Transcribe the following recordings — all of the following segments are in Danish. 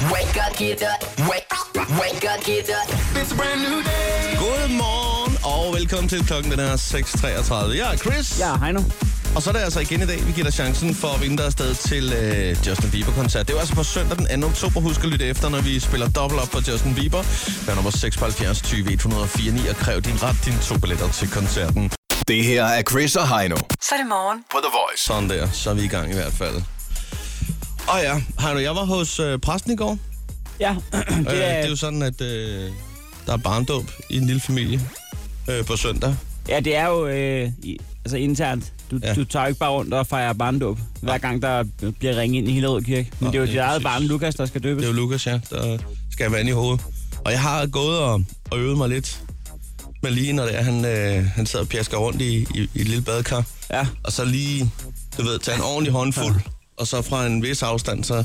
Wake up, get up. Wake up, get up. It's a brand new day. Godmorgen og velkommen til klokken. Den er 6.33. Jeg er Chris. Ja, hej nu. Og så er det altså igen i dag, vi giver dig chancen for at vinde dig afsted til Justin Bieber-koncert. Det er jo altså på søndag den 2. oktober. Husk at lytte efter, når vi spiller dobbelt op på Justin Bieber. Vær nummer 76 20 104 9 og kræv din ret, dine 2 billetter til koncerten. Det her er Chris og Heino. Så er det morgen. På The Voice. Sådan der, så er vi i gang i hvert fald. Og ja, Heino, jeg var hos præsten i går. Ja, det er jo sådan, at der er barndåb i en lille familie på søndag. Ja, det er jo altså internt. Du tager jo ikke bare rundt og fejrer barndåb, hver gang der bliver ringet ind i hele Rød Kirke. Men det er jo dit eget barn, Lukas, der skal døbes. Det er jo Lukas, ja, der skal have vand i hovedet. Og jeg har gået og øvet mig lidt med lige, når det er, han sidder og pjasker rundt i et lille badekar. Ja. Og så lige, du ved, tage en ordentlig håndfuld, og så fra en vis afstand, så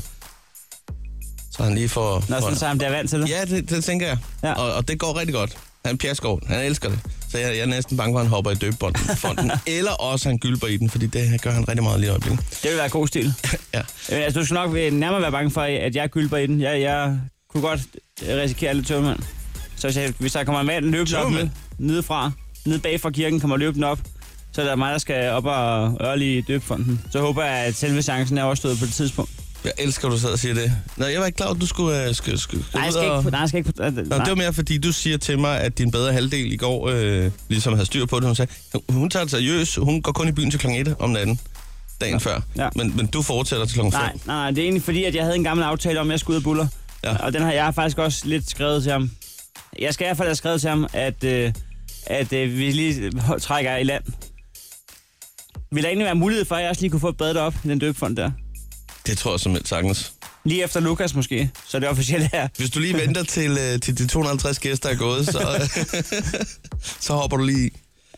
han lige får... Så han bliver vant til det? Ja, det tænker jeg. Ja. Og det går rigtig godt. Han pjasker rundt. Han elsker det. Så jeg er næsten bange for, at han hopper i døbefonden. Eller også han gylper i den, fordi det gør han rigtig meget lige i øjeblikket. Det vil være god stil. Ja. Altså, du skal nok nærmere være bange for, at jeg gylper i den. Jeg kunne godt risikere lidt tømmand. Så hvis der kommer en mand løbende op nede bag fra kirken, kommer løbende op, så er der mig, der skal op og ørle i døbefonden. Så håber jeg, at selve chancen er overstået på det tidspunkt. Jeg elsker, at du sidder og siger det. Nå, jeg var ikke klar, at du skulle Nej, jeg skal ikke. Det var mere, fordi du siger til mig, at din bedre halvdel i går ligesom havde styr på det. Hun sagde, hun tager det seriøst. Hun går kun i byen til kl. 1 om natten. Dagen før. Ja. Men du fortsætter til kl. 5. Nej, det er egentlig fordi, at jeg havde en gammel aftale om, at jeg skulle ud og buller. Ja. Og den har jeg faktisk også lidt skrevet til ham. Jeg skal i hvert fald have skrevet til ham, at vi lige trækker i land. Vil der egentlig være mulighed for, at jeg også lige kunne få et bad op i den døbefond der? Det tror jeg simpelthen sagtens. Lige efter Lukas måske, så det er officielt her. Hvis du lige venter til de 250 gæster er gået, så hopper du lige i.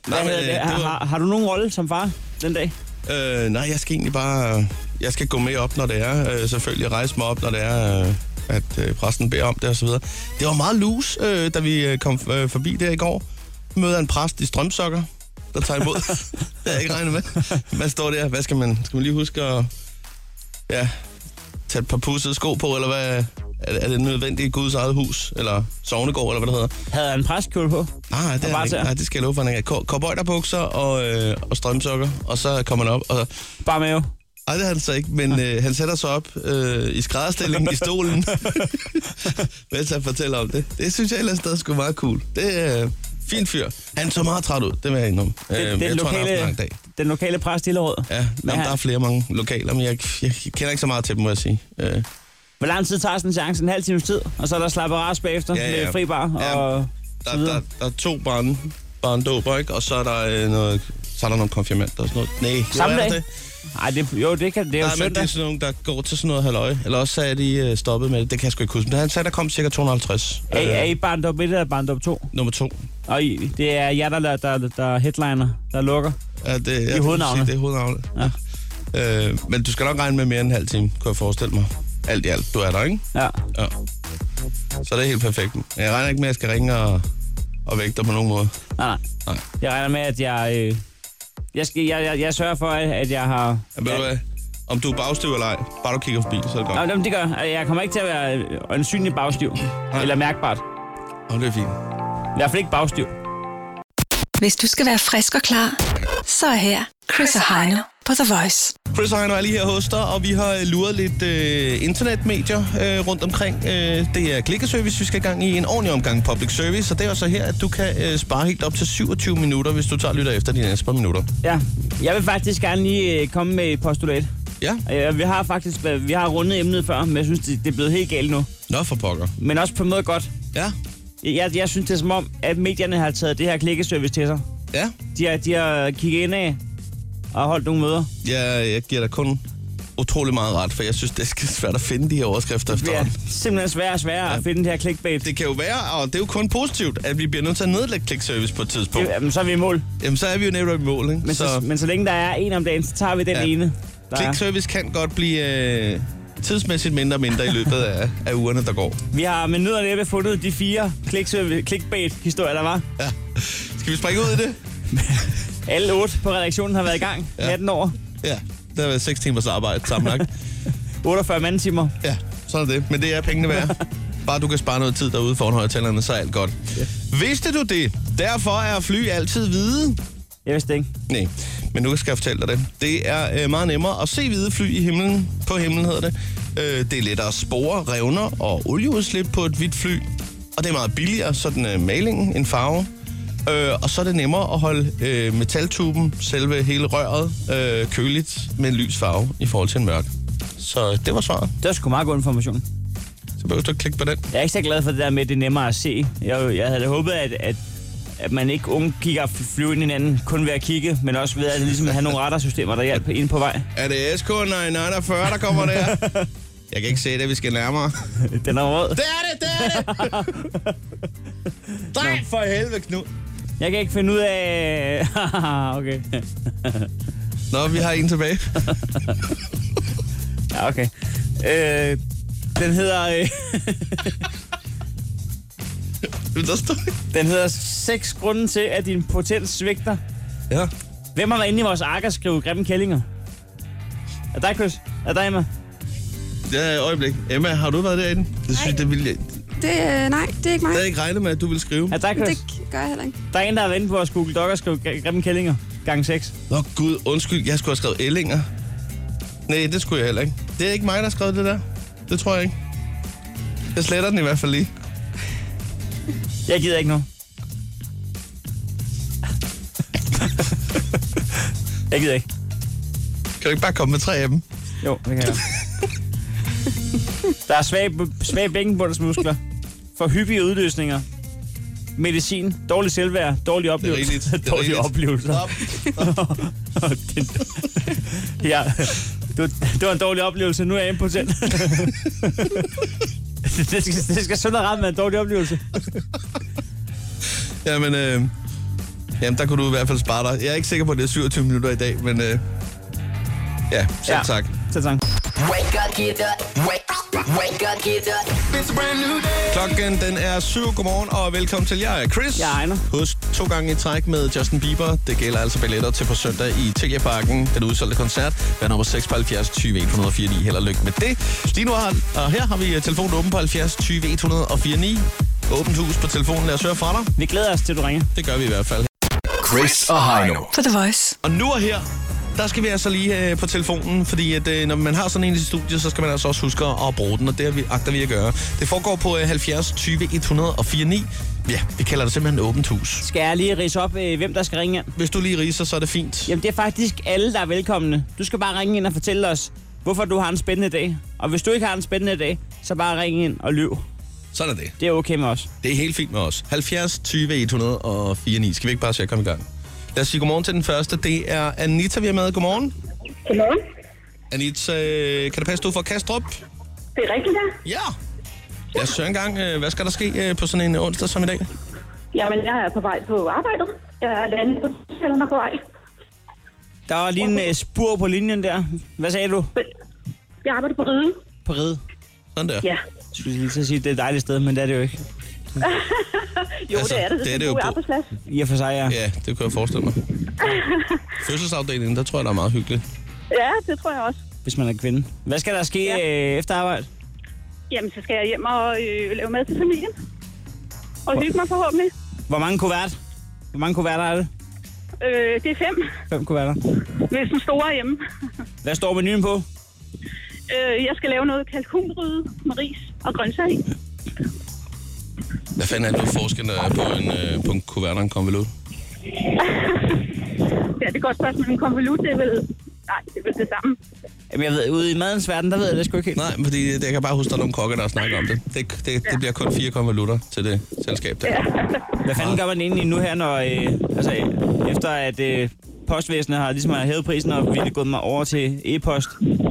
Har du nogen rolle som far den dag? Nej, jeg skal egentlig bare... Jeg skal gå med op, når det er. Selvfølgelig rejse mig op, når det er, at præsten beder om det og så videre. Det var meget loose, da vi kom forbi der i går. Møder en præst i strømsokker, der tager imod. Det har jeg ikke regnet med. Hvad står der? Hvad skal man lige huske at... Ja, tage et par pudsede sko på, eller hvad? Er det nødvendigt i Guds eget hus? Eller sovnegård, eller hvad det hedder? Havde han præstkjole på? Nej, det skal jeg love for, han ikke. Cowboyderbukser og strømsokker, og så kommer han op. Og... Bare mave? Nej, det har han så ikke, men han sætter sig op i skrædderstilling i stolen, mens han fortæller om det. Det synes jeg ellers stadig sgu meget cool. Det er fin fyr. Han så meget træt ud, det vil jeg indrømme. Den lokale præst i Hillerød. Ja, der er mange lokaler, men jeg kender ikke så meget til dem, må jeg sige. Hvor lang tid tager sådan en chance? En halv times tid, og så er der slappet ras bagefter med fri bar og så videre. Der er 2 barndåber, ikke? Og så er der nogle konfirmander og sådan noget. Nej, samme dag? Nej, det er jo søndag. Det er sådan nogle, der går til sådan noget halløj. Eller også er de stoppet med det. Det kan jeg sgu ikke huske. Men han sagde, der kom cirka 250. Er I barndåb 1 eller barndåb 2? Nummer 2. Og det er jer, der headliner, der lukker? Ja, det er hovednavnet. Det er hovednavnet. Ja. Men du skal nok regne med mere end en halv time, kunne jeg forestille mig. Alt i alt. Du er der, ikke? Ja. Så det er helt perfekt. Jeg regner ikke med, at jeg skal ringe og vække dig på nogen måde. Nej. Jeg regner med, at jeg sørger for, at jeg har... Ja, ved du hvad? Om du er bagstiv eller ej, bare du kigger forbi, så er det godt. Jamen, det gør. Jeg kommer ikke til at være en synlig bagstiv. Nej. Eller mærkbart. Det er fint. I hvert fald ikke bagstiv. Hvis du skal være frisk og klar, så er her Chris og Heino på The Voice. Chris og Heino er lige her hos dig, og vi har luret lidt internetmedier rundt omkring. Det er klikkeservice, vi skal i gang i en ordentlig omgang public service, og det er også her, at du kan spare helt op til 27 minutter, hvis du tager lytter efter de næste par minutter. Ja, jeg vil faktisk gerne lige komme med et postulat. Ja. Vi har rundet emnet før, men jeg synes, det er blevet helt galt nu. Nå, for pokker. Men også på en måde godt. Ja. Jeg synes, det er som om, at medierne har taget det her klikkeservice til sig. Ja. De har kigget ind af og holdt nogle møder. Ja, jeg giver dig kun utrolig meget ret, for jeg synes, det er svært at finde de her overskrifter efterhånden. Det er simpelthen sværere at finde det her clickbait. Det kan jo være, og det er jo kun positivt, at vi bliver nødt til at nedlægge klikservice på et tidspunkt. Jamen, så er vi i mål. Jamen, så er vi jo netop i mål, ikke? Men så længe der er en om dagen, så tager vi den ene. Klikservice kan godt blive tidsmæssigt mindre og mindre i løbet af ugerne, der går. Vi har med nød og næppe fundet de 4 clickbait-historier, der var. Ja. Skal vi springe ud i det? Alle 8 på redaktionen har været i gang. 18 år. Ja, der har været 6 timers arbejde sammenlagt. 48 mandetimer. Ja. sådan er det. Men det er pengene værd. Bare du kan spare noget tid derude foran højtalerne, så er alt godt. Ja. Vidste du det? Derfor er fly altid hvide. Jeg vidste ikke. Nej, men nu skal jeg fortælle dig det. Det er meget nemmere at se hvide fly i himlen. På himlen hedder det. Det er lettere at spore revner og olieudslip på et hvidt fly. Og det er meget billigere, sådan malingen, en farve. Og så er det nemmere at holde metaltuben, selve hele røret, køligt med en lys farve i forhold til en mørk. Så det var svaret. Det var sgu meget god information. Så behøver du at klikke på den. Jeg er ikke så glad for det der med, at det er nemmere at se. Jeg havde håbet, at man ikke kigger flyve ind i hinanden, kun ved at kigge, men også ved at ligesom have nogle radarsystemer, der hjælper ind på vej. Er det SK940, der kommer der? Jeg kan ikke se det, vi skal nærmere. Den er rød. Det er det! Nej, for helvede, Knud. Jeg kan ikke finde ud af... okay. Nå, vi har en tilbage. Ja, okay. Den hedder... Den hedder 6 grunde til, at din potens svigter. Ja. Hvem har været inde i vores ark og skrive grimme kællinger? Er dig, Chris? Er dig, Emma? Ja, øjeblik. Emma, har du været derinde? Det synes det vil jeg... Nej, det er ikke mig. Jeg havde ikke regnet med, at du ville skrive. Er dig, Chris? Det gør jeg heller ikke. Der er en, der har været inde på vores Google Doc og skrive grimme kællinger. Gang 6. Nå gud, undskyld. Jeg skulle have skrevet ællinger. Nej, det skulle jeg heller ikke. Det er ikke mig, der har skrevet det der. Det tror jeg ikke. Jeg sletter den i hvert fald lige. Jeg gider ikke noget. Jeg gider ikke. Kan du ikke bare komme med 3 af dem? Jo, det kan jeg. Der er svage bækkenbundsmuskler. For hyppige udløsninger. Medicin. Dårlig selvværd. Dårlige oplevelser. Dårlige oplevelser. Ja. Det var en dårlig oplevelse. Nu er jeg impotent. Det skal sådan ramme med en dårlig oplevelse. Jamen, der kunne du i hvert fald spare dig. Jeg er ikke sikker på, at det er 27 minutter i dag, men ja, selv tak. Selv tak. Wake up, get up. Wake up, get up. It's a brand new day. Klokken den er 7. Godmorgen, og velkommen til. Jeg er Chris. Jeg er Ejner. Husk 2 gange i træk med Justin Bieber. Det gælder altså billetter til på søndag i TG-parken. Den udsolgte koncert. Vær nummer 6 på 70 20 104 9. Held og lykke med det. Lige nu her har vi telefonen åben på 70 20 104 9. Åbent hus på telefonen. Lad os høre fra dig. Vi glæder os til, du ringer. Det gør vi i hvert fald. Chris og Heino. På The Voice. Og nu og her, der skal vi altså lige på telefonen, fordi at, når man har sådan en i studiet, så skal man altså også huske at bruge den, og det agter vi at gøre. Det foregår på 70 20 104 9. Ja, vi kalder det simpelthen åbent hus. Skal jeg lige ridse op, hvem der skal ringe ind? Hvis du lige ridser, så er det fint. Jamen, det er faktisk alle, der er velkomne. Du skal bare ringe ind og fortælle os, hvorfor du har en spændende dag. Og hvis du ikke har en spændende dag, så bare ring ind og lyv. Sådan er det. Det er okay med os. Det er helt fint med os. 70 20 104 9. Skal vi ikke bare se at komme i gang? Lad os sige godmorgen til den første. Det er Anita, vi er med. Godmorgen. Godmorgen. Anita, kan det passe, du fra Kastrup? Det er rigtigt, ja. Ja. Lad os høre en gang. Hvad skal der ske på sådan en onsdag som i dag? Jamen, jeg er på vej på arbejdet. Jeg er landet på Sjælland på vej. Der var lige en spur på linjen der. Hvad sagde du? Jeg arbejder på Ride. På Ride? Ja. Sådan der. Jeg skulle lige så sige, at det er et dejligt sted, men det er det jo ikke. Jo, altså, det er det. Det er det jo på arbejdsplads. I og for sig, ja. Ja, det kan jeg forestille mig. Fødselsafdelingen, der tror jeg, der er meget hyggeligt. Ja, det tror jeg også. Hvis man er kvinde. Hvad skal der ske efter arbejde? Jamen, så skal jeg hjem og lave mad til familien. Og hygge mig forhåbentlig. Hvor mange kuverter er det? Det er 5. 5 kuverter. Hvis den store er hjemme. Hvad står menuen på? Jeg skal lave noget kalkungryde med ris og grøntsager i. Hvad fanden er det forskellen på en kuvert og en konvolut? Ja, det er godt spørgsmål. En konvolut, det er vel... Nej, det er vel det samme. Jamen, jeg ved, ude i madens verden, der ved jeg det sgu ikke helt. Nej, fordi jeg kan bare huske, der er nogle kokker, der snakker om det. Det bliver kun 4 konvolutter til det selskab der. Ja. Hvad fanden gør man egentlig nu her, når... efter at postvæsenet har ligesom hævet prisen, og vi er gået mig over til e-post?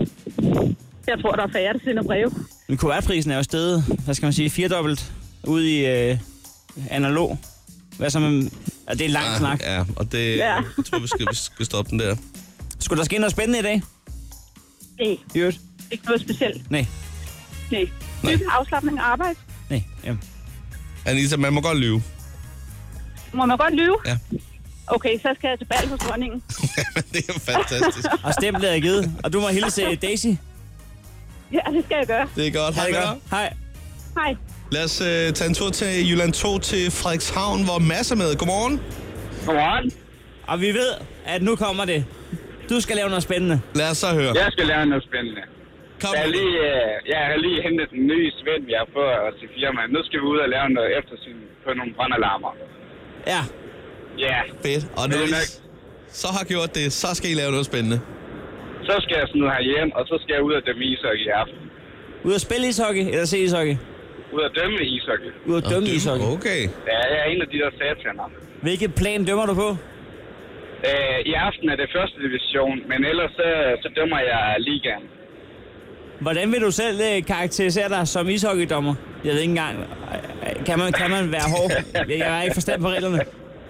Jeg tror, der er færre, der sender breve. Men kuvertprisen er jo steget, hvad skal man sige, 4-dobbelt ude i analog. Hvad så med... Ja, det er en lang snak. Ja, og det... Ja. Jeg tror, vi skal stoppe den der. Skulle der ske noget spændende i dag? Nej. Jødt? Ikke noget specielt. Nej. Afslapning og arbejde. Nej, jamen. Anita, man må godt lyve. Må man godt lyve? Ja. Okay, så skal jeg til bal hos dronningen. Jamen, det er jo fantastisk. Og stemplet er givet. Og du må hilse Daisy. Ja, det skal jeg gøre. Det er godt. Hej med dig. Hej. Hej. Lad os tage en tur til Jylland 2 til Frederikshavn, hvor Mads er med. Godmorgen. Godmorgen. Og vi ved, at nu kommer det. Du skal lave noget spændende. Lad os så høre. Jeg skal lave noget spændende. Kom. Jeg har lige hentet den nye svend, vi har fået til firmaet. Nu skal vi ud og lave noget eftersyn på nogle brandalarmer. Ja. Ja. Fedt. Og når I så har gjort det, så skal I lave noget spændende. Så skal jeg sådan her hjem, og så skal jeg ud og dømme ishockey i aften. Ud at spille ishockey, eller se ishockey? Ud og dømme ishockey. Ud at dømme ishockey. Okay. Ja, jeg er en af de der sataner. Hvilket plan dømmer du på? I aften er det første division, men ellers så dømmer jeg ligaen. Hvordan vil du selv karakterisere dig som ishockeydommer? Jeg ved ikke engang. Kan man være hård? Jeg har ikke forstand på reglerne.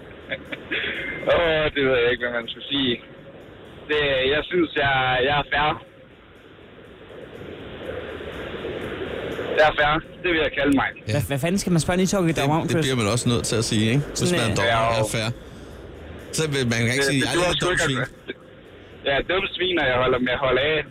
Det ved jeg ikke, hvad man skal sige. Jeg synes, jeg er fair. Jeg er fair. Det vil jeg kalde mig. Ja. Hvad fanden skal man spørge en ishockeydommer om, Det Chris? bliver man også nødt til at sige, ikke? Hvis man er dommer, er fair. Så man kan ikke sige, at jeg er et dumt svin. Ja, dumt svin, og jeg holder med at holde af.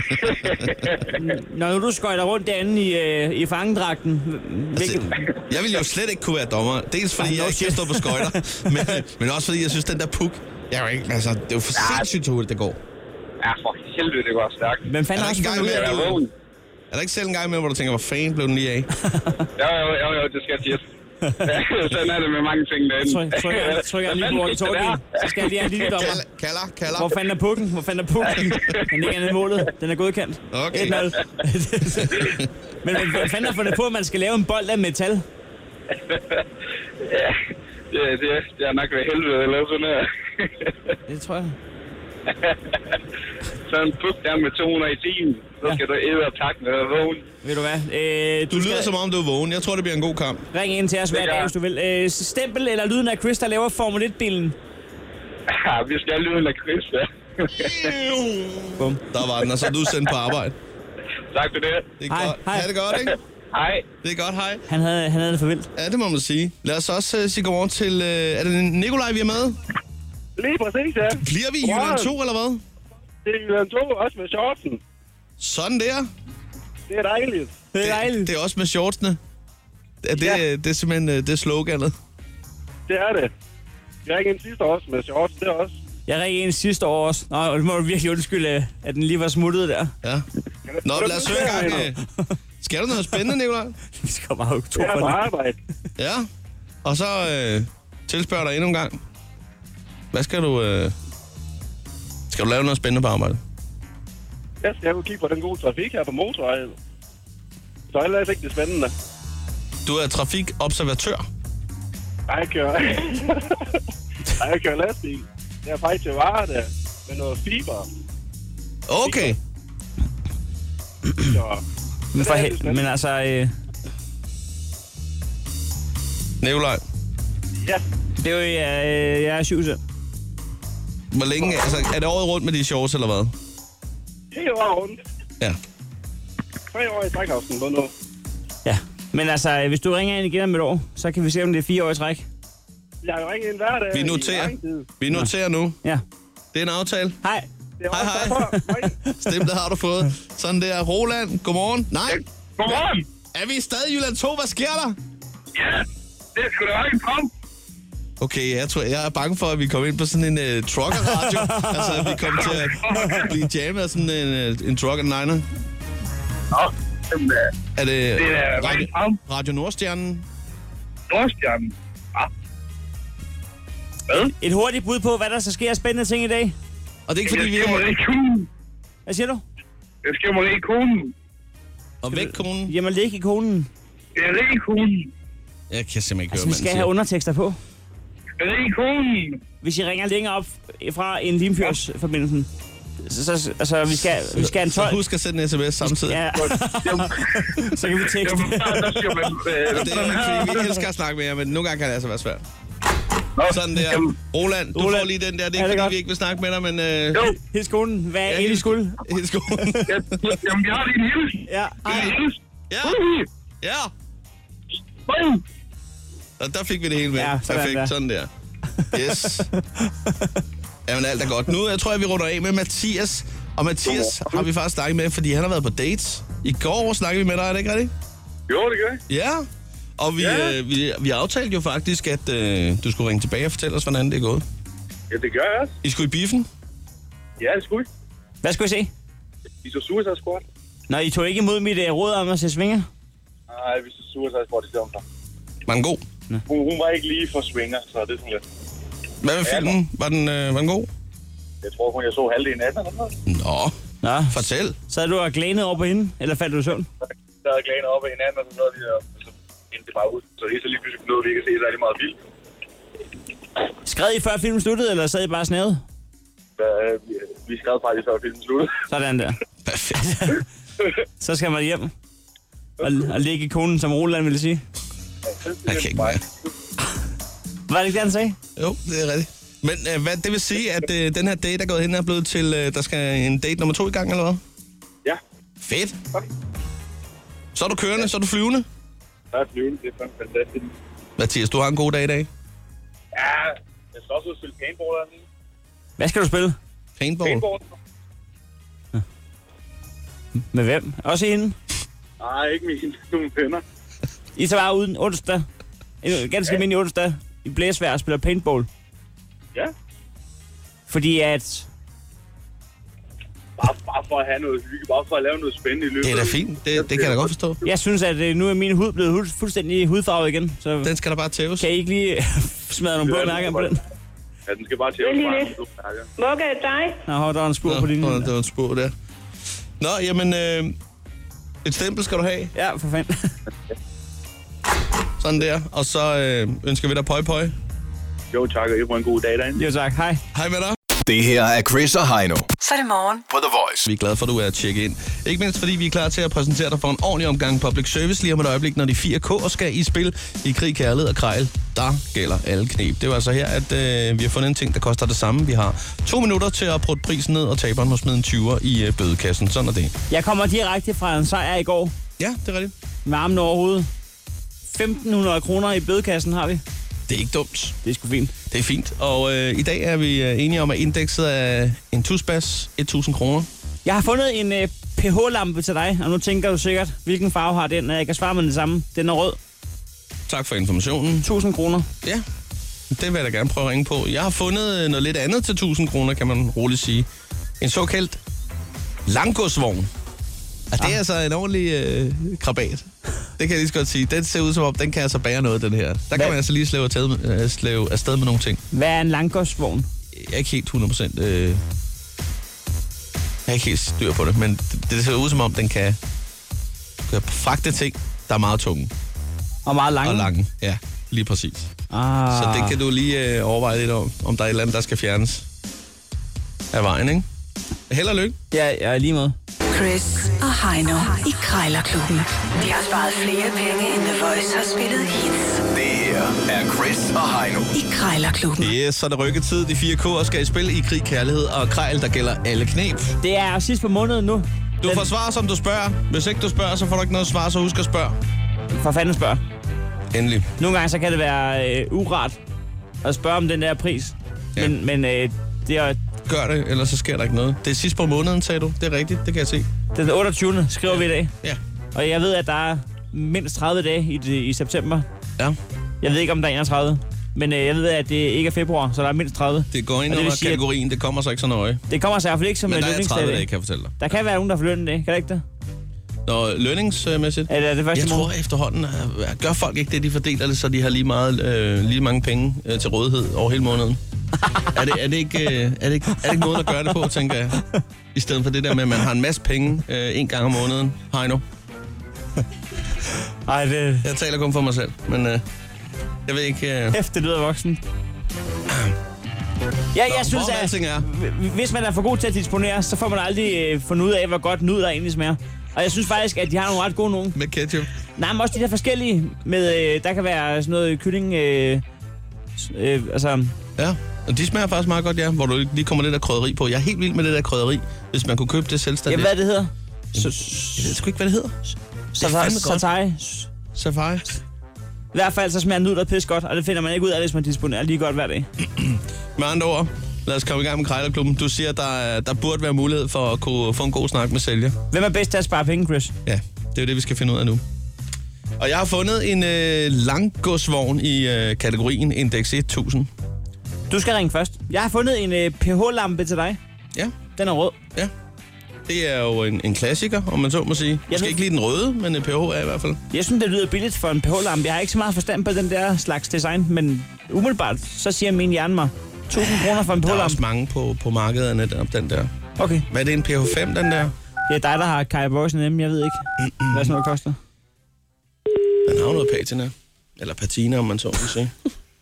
Når du skøjter rundt derinde i fangedragten, Jeg vil jo slet ikke kunne være dommer. Dels fordi jeg ikke kan stå på skøjter, men også fordi jeg synes, den der puk... det er jo for sindssygt hurtigt, det går. Ja, for helvede, det går stærkt. men fanden også fundet ud af? Er der ikke selv en gang med, hvor du tænker, hvor fanden blev den lige af? Jo, det skal jeg sige. Sådan er det med mange ting derinde. Trykker lige på walkie-talkie, så skal jeg lige have en lille dommer. Kalder. Hvor fanden er pukken? Den ligger nede i målet. Den er godkendt. Okay. 1-0. Men hvad fanden har fundet på, at man skal lave en bold af metal? Ja, det er nok ved helvede eller sådan her. Det tror jeg. Så en puk der med 200 i timen, så skal du æde og takke med at vågne. Ved du hvad? Du lyder som om, du er vågen. Jeg tror, det bliver en god kamp. Ring ind til os hver dag, hvis du vil. Stempel eller lyden af Chris, der laver Formel 1-bilen? Ja, vi skal have lyden af Chris, ja. Bum, der var den, og så er du sendt på arbejde. Tak for det. Det er Hej, godt. hej. Ha' det godt, ikke? Hej. Det er godt, hej. Han havde det for vildt. Ja, det må man sige. Lad os også sige godmorgen til... er det Nikolaj, vi er med? Lige præcis, ja. Bliver vi i Jylland 2, eller hvad? Det er Jylland 2, også med shortsen. Sådan der. Det er dejligt. Det er dejligt. Det er også med shortsene. Det er simpelthen det er sloganet. Det er det. Jeg ringede en sidste år også med shorts, det er også. Jeg ringede en sidste år også. Nå, det må du virkelig undskylde, at den lige var smuttet der. Ja. Nå, lad os høre en gang. Skal du noget spændende, Nikolaj? Vi skal bare jo to Jeg er på for det. arbejde. Ja. Og så tilspørger dig endnu en gang. Hvad skal du... Skal du lave noget spændende på arbejde? Jeg skal jo kigge på den gode trafik her på motorvejen. Så ellers ikke det spændende. Du er trafikobservatør. Jeg kører lastbil. Jeg er faktisk til Varde med noget fiber. Okay. Så Men altså... Nikolaj, ja, Det er jo... Jeg er 7 selv. hvor længe... Altså, er det året rundt med de shorts, eller hvad? hele året rundt. Ja. 3 år i trækhausen på nu. Ja. Men altså, hvis du ringer ind igen om et år, så kan vi se, om det er 4 år i træk. Jeg har jo ringet ind hver dag. Vi noterer nu. Ja. Det er en aftale. Hej. Hej. Stemplet har du fået. Sådan der. Roland, godmorgen. Nej. Godmorgen. Er vi stadig i Jylland 2? Hvad sker der? Ja, det er sgu da ikke kom. Okay, jeg er bange for, at vi kommer ind på sådan en trucker-radio. Altså, at vi kommer til at blive jammet af sådan en trucker niner. Nå, Er det er Radio Nordstjernen? Nordstjernen. Hvad? Et hurtigt bud på, hvad der så sker af spændende ting i dag. Og det er ikke fordi, vi Jeg skal ikke konen. Hvad siger du? Jeg skal mig ikke konen. Og væk konen. Jamen, ligge i konen. Jeg er ikke konen. Jeg kan simpelthen ikke Altså, høre, vi skal have undertekster på. Jeg er ikke konen. Hvis I ringer længere op fra en Limfjordsforbindelsen, så vi skal have en 12. Så husk at sende en sms samtidig. Ja. Så kan vi tekste. Det er ikke, fordi vi elsker at snakke med jer, men nogle gange kan det altså være svært. Sådan der. Roland, du får lige den der. Det er ikke, fordi vi ikke vil snakke med dig, men... Hils skolen. Hvad er egentlig skuld? Hils skolen. Jamen, vi har lige en hilsen. Ja. Ja. Ja. Og der fik vi det hele med. Ja, perfekt. Sådan der. Yes. Jamen, alt er godt. Nu tror jeg, vi runder af med Mathias. Og Mathias har vi faktisk snakket med, fordi han har været på dates. I går snakkede vi med dig, er det ikke rigtigt? Jo, det gør jeg. Ja, og vi aftalte jo faktisk, at du skulle ringe tilbage og fortælle os, hvordan det er gået. Ja, det gør jeg også. I skulle i biffen? Ja, det skulle vi. Hvad skulle I se? Vi så Suicide Squad. Nå, I tog ikke imod mit råd om at se svinger? Nej, vi så Suicide Squad i stedet for. Var den god? Hun var ikke lige for svinger, så det er sådan lidt. Hvad med filmen? Var den god? Jeg tror kun, jeg så halvdelen af den eller noget. Nå, fortæl. Så du og glænet over på hende, eller faldt du i søvn? Der er glænet op af hinanden, og så nåede vi endte det bare ud. Så det er så lige pludselig noget, vi ikke kan se særlig meget vildt. Skred I før filmen sluttede, eller sad I bare snavet? Vi skrev faktisk før filmen sluttede. Sådan der. Perfekt. Så skal man hjem og ligge i konen, som Roland ville sige. Jeg kan ikke mere. Var det ikke det, han sagde? Jo, det er rigtigt. Men hvad det vil sige, at den her date er gået hen og er blevet til, der skal en date nummer 2 i gang, eller hvad? Ja. Fedt. Så er du kørende, så er du flyvende. Jeg er flyvende, det er fantastisk. Mathias, du har en god dag i dag. Ja, jeg skal også spille paintball dernede. Hvad skal du spille? Paintball? Paintball? Med hvem? Også hende? Nej, ikke mine. Nogle venner. I tager bare uden onsdag. En ganske almindelig onsdag. I blæsvejr og spiller paintball. Ja. Fordi at... Bare for at have noget hygge. Bare for at lave noget spændende i løbet. Det er da fint. Det kan jeg da godt forstå. Jeg synes, at nu er min hud blevet fuldstændig hudfarvet igen. Så Den skal der bare tæves. kan I ikke lige smadre nogle blå mærker på den? Ja, den skal bare tæves. Mokka, dig? Nå, der var en spur på linjen. Det var en spur der. Nå, jamen, et stempel skal du have. Ja, for fanden. Sådan der. Og så ønsker vi dig pøj pøj. Jo, tak, og I får en god dag derinde. Jo tak, hej. Hej med dig. Det her er Chris og Heino Så er det morgen. på The Voice. Vi er glade for, at du er at tjekke ind. Ikke mindst fordi vi er klar til at præsentere dig for en ordentlig omgang public service lige om et øjeblik, når de 4 K'er skal i spil i Krig, Kærlighed og Krejl. Der gælder alle knep. Det var altså her, at vi har fundet en ting, der koster det samme. Vi har 2 minutter til at prutte prisen ned, og taberen må smide en 20'er i bødekassen. Sådan er det. Jeg kommer direkte fra en sejr i går. Ja, det er rigtigt. Med armen over hovedet. 1.500 kroner i bødekassen har vi. Det er ikke dumt. Det er sgu fint. Det er fint. Og i dag er vi enige om, at indekset er en tusbas 1.000 kroner. Jeg har fundet en pH-lampe til dig, og nu tænker du sikkert, hvilken farve har den? Jeg kan svare med det samme. Den er rød. Tak for informationen. 1.000 kroner. Ja, det vil jeg da gerne prøve at ringe på. Jeg har fundet noget lidt andet til 1.000 kroner, kan man roligt sige. En såkaldt langgodsvogn. Og det er altså en ordentlig krabat. Det kan jeg lige så godt sige. Den ser ud som om, den kan altså bære noget, den her. Der kan man altså lige slæve afsted med nogle ting. Hvad er en langgodsvogn? Jeg er ikke helt 100%... Jeg er ikke helt styr på det, men det ser ud som om, den kan fragte ting, der er meget tunge. Og meget lange? Og lange, ja. Lige præcis. Så det kan du lige overveje lidt om der er et eller andet, der skal fjernes af vejen, ikke? Held og lykke. Ja, jeg er lige med. Chris og Heino i Krejlerklubben. De har sparet flere penge, end The Voice har spillet hits Det her er Chris og Heino. i Krejlerklubben. Yes, så er det rykketid. De 4 K'er skal i spil i Krig, Kærlighed og Krejl, der gælder alle knep. Det er sidst på måneden nu. Du får svar, som du spørger. Hvis ikke du spørger, så får du ikke noget svar, så husk at spørge. For fanden spørg. Endelig. Nogle gange så kan det være urart at spørge om den der pris. Ja. Men det er Gør det, ellers så sker der ikke noget. Det er sidst på måneden, sagde du. Det er rigtigt, det kan jeg se. den 28. skriver vi i dag. Ja. Og jeg ved, at der er mindst 30 dage i september. Ja. Jeg ved ikke, om der er 31. Men jeg ved, at det ikke er februar, så der er mindst 30. Det går ind Og det vil under sige, kategorien, det kommer så ikke så nøje. Det kommer så i hvert fald ikke som Men der er 30 lønningsdag. dage, kan jeg fortælle dig. Der kan være nogen, der får løn det, kan det ikke det? Nå, lønningsmæssigt? Er det første Jeg tror måned? efterhånden, gør folk ikke det, de fordeler det, så de har lige mange penge til rådighed over hele måneden. er det ikke måden at gøre det på, tænker jeg? I stedet for det der med, at man har en masse penge en gang om måneden. Heino. Ej, det... Jeg taler kun for mig selv, men jeg ved ikke... Efter lyder voksen. Ja, jeg synes, at hvis man er for god til at disponere, så får man aldrig fundet ud af, hvor godt nud der egentlig smager. Og jeg synes faktisk, at de har nogle ret gode nogen. Med ketchup? Nej, men også de der forskellige. Med, der kan være sådan noget kylling... altså... Ja, og de smager faktisk meget godt, ja. Hvor du lige kommer lidt af krydderi på. Jeg er helt vild med det der krydderi, hvis man kunne købe det selvstændigt. Ja, hvad det hedder? Jeg ved sgu ikke, hvad det hedder. Satay. Safari. I hvert fald så smager nud der pis godt, og det finder man ikke ud af, hvis man disponerer lige godt hver dag. Med andre ord, Lad os komme i gang med Krejlerklubben. Du siger, der burde være mulighed for at kunne få en god snak med sælger. Hvem er bedst til at spare penge, Chris? Ja, det er jo det, vi skal finde ud af nu. Og jeg har fundet en langgodsvogn i kategorien Index 1000. Du skal ringe først. Jeg har fundet en pH-lampe til dig. Ja. Den er rød. Ja. Det er jo en klassiker, om man så må sige. Måske ikke lige den røde, men pH er i hvert fald. Jeg synes, det lyder billigt for en pH-lampe. Jeg har ikke så meget forstand på den der slags design, men umiddelbart, så siger min hjerne mig 1000 kroner for en pH-lampe. Der er også mange på markedet af den der. Okay. Hvad er det, en pH5, den der? Det er dig, der har Kai Boysen hjemme. Jeg ved ikke, hvad sådan noget koster. Den har jo noget patina. Eller patina, om man så må sige.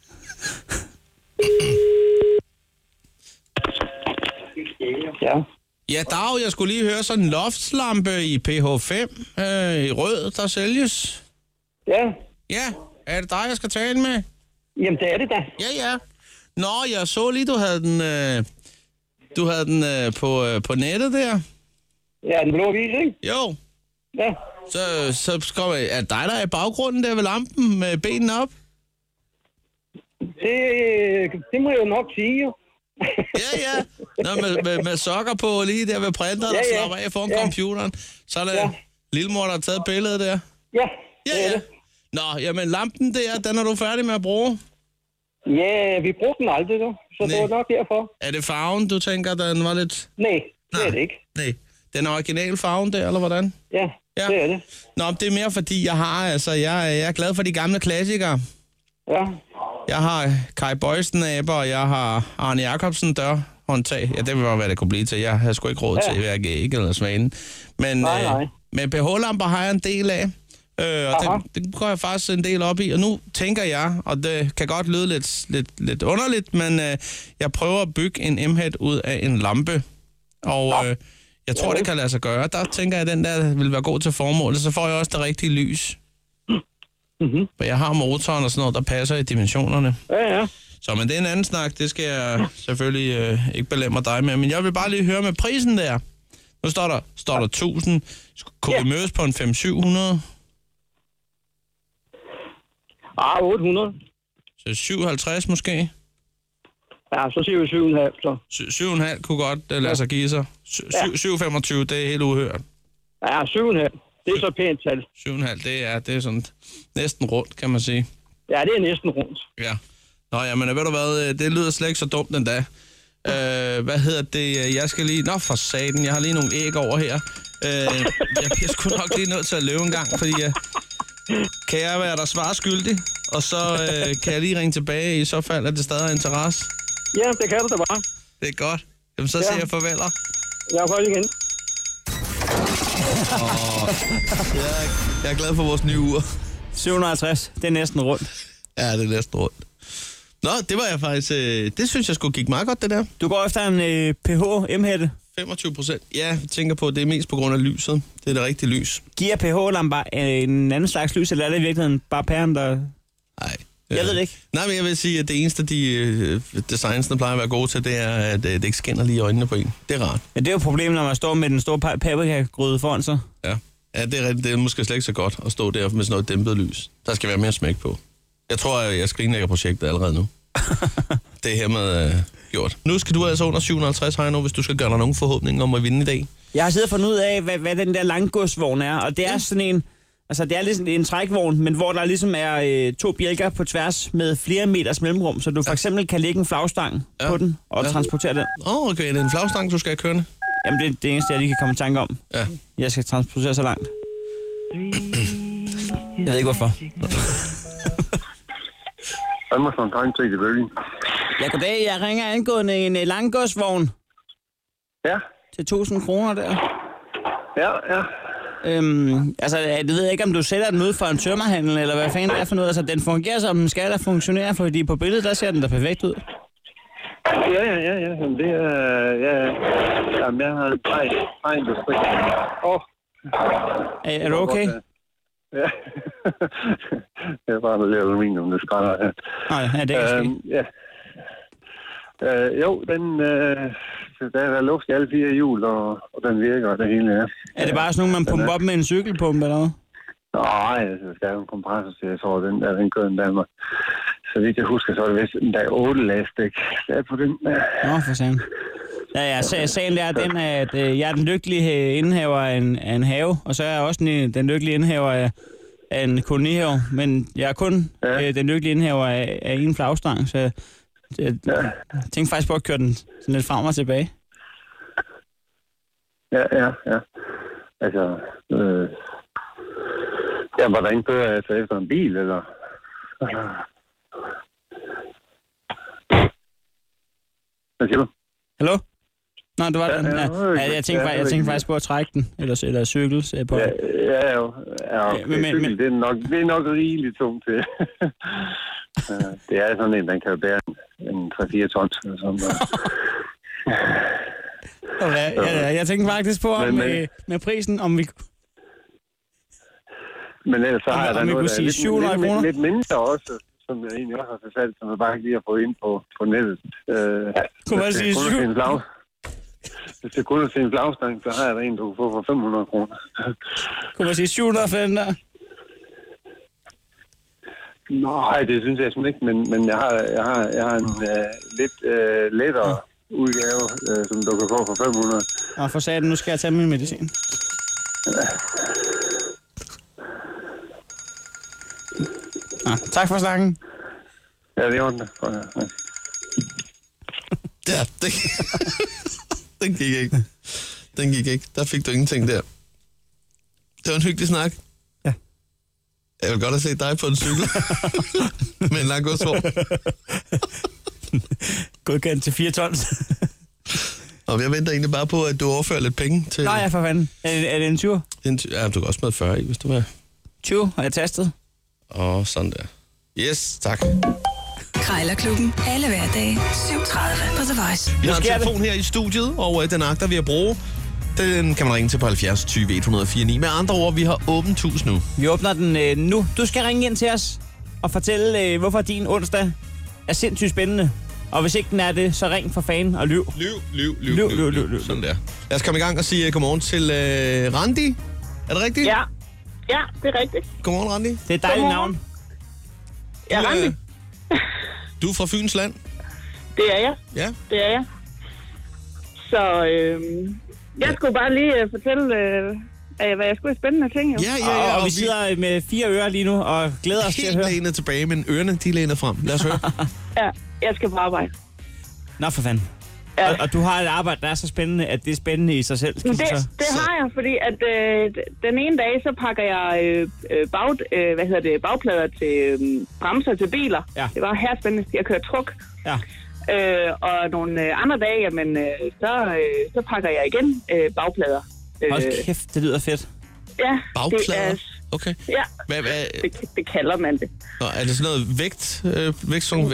Ja. Ja, Dag, jeg skulle lige høre sådan en loftslampe i pH5 i rød, der sælges. Ja. Ja, er det dig, jeg skal tale med? Jamen, det er det da. Ja. Nå, jeg så lige, du havde den på nettet der. Ja, den blå vis, ikke? Jo. Ja. Så skal man, er det dig, der er i baggrunden der ved lampen med benene op? Det må jeg jo nok sige, jo. Ja. Nå, med sokker på lige der ved printeren og slapper af foran computeren. Så er der lillemor, der har taget billedet der. Ja, det er det. Nå, jamen lampen der, den er du færdig med at bruge? Ja, vi brugte den aldrig, du. Så det var nok derfor. Er det farven, du tænker, den var lidt... Nej, det er det ikke. Nej. Den er original farven der, eller hvordan? Ja, det er det. Nå, det er mere fordi, jeg er glad for de gamle klassikere. Ja. Jeg har Kai Boysen-aber, og jeg har Arne Jacobsen dørhåndtag. Ja, det var, hvad det kunne blive til. Jeg havde sgu ikke råd til hverken æg eller svanen. Men med pH-lamper har jeg en del af. Og det går jeg faktisk en del op i. Og nu tænker jeg, og det kan godt lyde lidt underligt, men jeg prøver at bygge en M-head ud af en lampe. Og jeg tror, det kan lade sig gøre. Der tænker jeg, at den der vil være god til formålet. Så får jeg også det rigtige lys. Mm-hmm. For jeg har motoren og sådan noget, der passer i dimensionerne. Ja. Så men det er en anden snak, det skal jeg selvfølgelig ikke belemre dig med. Men jeg vil bare lige høre med prisen der. Nu står der 1000. Kunne vi mødes på en 500-700? 800. Så 57 måske? Ja, så siger vi 7,5 så. 7,5 kunne godt lade sig give sig. 7,25, det er helt uhørt. Ja, 7,5. Det er så pænt tal. 7,5, det er sådan næsten rundt, kan man sige. Ja, det er næsten rundt. Ja. Nå, jamen, ved du hvad, det lyder slet ikke så dumt endda. Hvad hedder det? Jeg skal lige... Nå, for satan, jeg har lige nogle æg over her. Jeg bliver sgu nok lige nødt til at løbe en gang, fordi kan jeg være der svarskyldig? Og så kan jeg lige ringe tilbage i så fald, at det stadig er interesse. Ja, det kan du da bare. Det er godt. Jamen, så siger jeg farveler. Jeg er godt igen. Jeg er glad for vores nye ur. 750, det er næsten rundt. Ja, det er næsten rundt. Nå, det var jeg faktisk... det synes jeg skulle gik meget godt, det der. Du går efter en pH-M-hætte? 25%. Ja, jeg tænker på, at det er mest på grund af lyset. Det er det rigtige lys. Giver pH-lamper en anden slags lys, eller er det i virkeligheden bare pæren, der... Nej. Jeg ved det ikke. Nej, men jeg vil sige, at det eneste, de designsene plejer at være gode til, det er, at det ikke skinner lige i øjnene på en. Det er rart. Ja, det er jo problemet, når man står med den store paprikagryde foran sig. Ja, det er rigtigt. Det er måske slet ikke så godt at stå der med sådan noget dæmpet lys. Der skal være mere smæk på. Jeg tror, at jeg skrinlægger projektet allerede nu. Det er hermed gjort. Nu skal du altså under 750 Heino, hvis du skal gøre dig nogen forhåbninger om at vinde i dag. Jeg har siddet og fundet ud af, hvad den der langgodsvogn er, og det er sådan en... Altså, det er ligesom en trækvogn, men hvor der ligesom er 2 bjælker på tværs med flere meters mellemrum, så du for eksempel kan lægge en flagstang på den og transportere den. Okay, det er en flagstang, du skal have kørende? Jamen, det er det eneste, jeg lige kan komme i tanke om. Ja. Jeg skal transportere så langt. Jeg ved ikke, hvorfor. Ja, goddag. Jeg ringer angående en langgodsvogn. Ja. Til 1000 kroner der. Ja. Altså, det ved jeg ikke, om du sætter den ud for en tømmerhandel, eller hvad fanden det er for noget. Altså, den fungerer, som den skal, der fungerer, fordi på billedet, der ser den da perfekt ud. Ja. Jamen, det er... Jamen, jeg har en træindustri. Er du okay? Ja. Det er bare lidt aluminium, det skrænder her. Nej, det er ikke ja. Jo, den... der er luft i alle 4 hjul, og den virker, og det hele er. Er det bare sådan nogle, man pumper op med en cykelpumpe, eller hvad? Nej, det skal jo en kompressor til, jeg tror, den kører en Danmark. så vidt jeg husker, så er det vist der er 8 lastdæk på den. Nå, for sagen. Ja, sagen er den, at jeg er den lykkelige indehaver af en have, og så er jeg også den lykkelige indehaver af en kolonihave, men jeg er kun den lykkelige indehaver af en flagstang, så jeg tænkte faktisk på at køre den sådan lidt frem og tilbage. Ja. Altså, hvordan kører jeg så efter en bil, eller? Hvad siger du? Hallo? Nå, det var den. Ja, jeg tænkte faktisk på at trække den, eller cykle på. Ja, okay. Men, det er nok rigeligt tungt til. Det er sådan en, den kan bære en 3-4 tons eller sådan noget. Jeg tænkte faktisk på, med prisen, om vi... Men ellers så har jeg da noget, der er lidt mindre også, som jeg egentlig også har fortalt, som jeg bare lige har fået ind på nettet. Kunne man sige 7? Hvis det kun er til en flagstang, så har jeg da en, du kan få for 500 kroner. Kunne man sige 700 for den der? Nej, det synes jeg simpelthen ikke, men jeg har en lidt lettere udgave, som du kan få for 500. Og for sagde nu skal jeg tage min medicin. Tak for snakken. Ja, det er ordentligt. Ja, den gik ikke. Den gik ikke. Der fik du ingenting der. Det var en hyggelig snak. Ja. Jeg vil godt have set dig på en cykel. Med en lang godshår. Godkendt til 4 tons. Og jeg venter egentlig bare på, at du overfører lidt penge til... Nej, ja, for fanden. Er det en 20? Ja, du kan også med 40 i, hvis du vil. 20 har jeg tastet. Sådan der. Yes, tak. Krejlerklubben. Alle hverdage. 7:30 på The Voice. Vi har en telefon her i studiet, og den agter vi at bruge. Den kan man ringe til på 70 20 104 9. Med andre ord, vi har åbent hus nu. Vi åbner den nu. Du skal ringe ind til os og fortælle, hvorfor din onsdag er sindssygt spændende. Og hvis ikke den er det, så ring for fanden og lyv. Lyv. Sådan der. Lad os komme i gang og sige godmorgen til Randi. Er det rigtigt? Ja, det er rigtigt. Godmorgen, Randi. Det er et dejligt navn. Ja, Randi. Du er fra Fyns Land? Det er jeg. Ja. Det er jeg. Så jeg skulle bare lige fortælle, hvad jeg skulle have spændende ting. Jo. Ja. Og vi sidder med 4 ører lige nu og glæder os til at høre. Helt lænet tilbage, men ørerne de læner frem. Lad os høre. Ja, jeg skal på arbejde. Nå for fanden. Ja. Og du har et arbejde, der er så spændende, at det er spændende i sig selv. Det har jeg, fordi at den ene dag, så pakker jeg bagplader til bremser til biler. Ja. Det var her spændende. Jeg kører truck. Ja. Og nogle andre dage, jamen, så pakker jeg igen bagplader. Hold kæft, det lyder fedt. Ja. Bagplader? Okay. Ja, hvad? Det kalder man det. Nå, er det sådan noget vægtskive?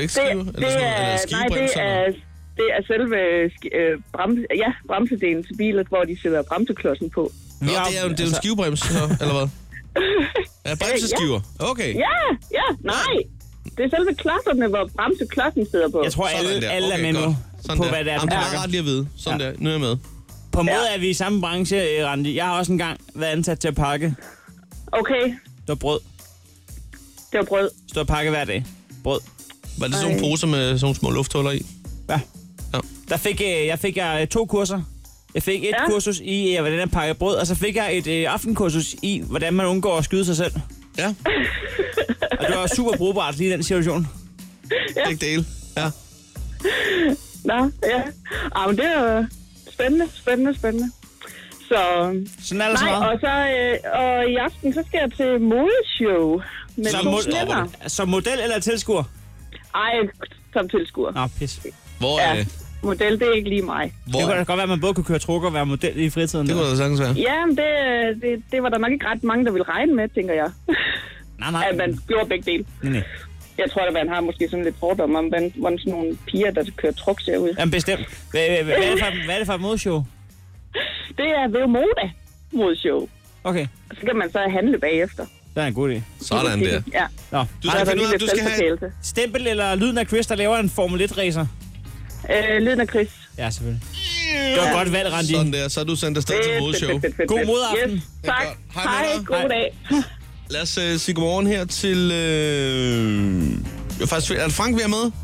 Det er selve bremsedelen til biler, hvor de sætter bremseklodsen på. Nå, det er jo en skivebrems, eller hvad? Ja, bremseskiver. Okay. Ja, nej. Det er selve klodserne, hvor bremseklodsen sidder på. Jeg tror, alle er med nu på, hvad det er, du har ret lige at vide. Sådan der. Nu er jeg med. På en måde er vi i samme branche, Randi. Jeg har også engang været ansat til at pakke. Okay. Det var brød. Stod og pakke hver dag. Brød. Var det sådan nogle poser med sådan nogle små lufthuller i? Ja. Jeg fik 2 kurser. Jeg fik et kursus i, hvordan man pakker brød, og så fik jeg et aftenkursus i, hvordan man undgår at skyde sig selv. Ja. Og det var super brugbart lige i den situation. Ja. Begge dele. Ja. Nå, ja. Men det er spændende. Så sådan er det så meget. Og så og i aften, så skal jeg til modeshow. Som model eller tilskuer? Ej, som tilskuer. Nå, pis. Hvor er det? Model, det er ikke lige mig. Det kunne da godt være, at man både kunne køre truck og være model i fritiden. Det kunne da sagtens være. Ja, men det var der nok ikke ret mange, der ville regne med, tænker jeg. Nej. At man gjorde begge dele. Nej. Jeg tror, at man har måske sådan lidt fordom om, hvordan sådan nogle piger, der kører truck, ser ud. Jamen bestemt. Hvad er det for et modeshow? Det er Veomoda modeshow. Okay. Og så kan man så handle bagefter. Det er en god idé. Sådan der. Ja. Nå. Du skal finde ud af, du skal have stempel eller lyden af Chris, der laver en Formel 1-racer? Lyden af Chris. Ja, selvfølgelig. Det var godt valg, Randi. Sådan der, så er du sendt afsted til modeshow. God modaften. Yes, tak. Hej, god dag. Lad os sige godmorgen her til faktisk, er det Frank, vi er med?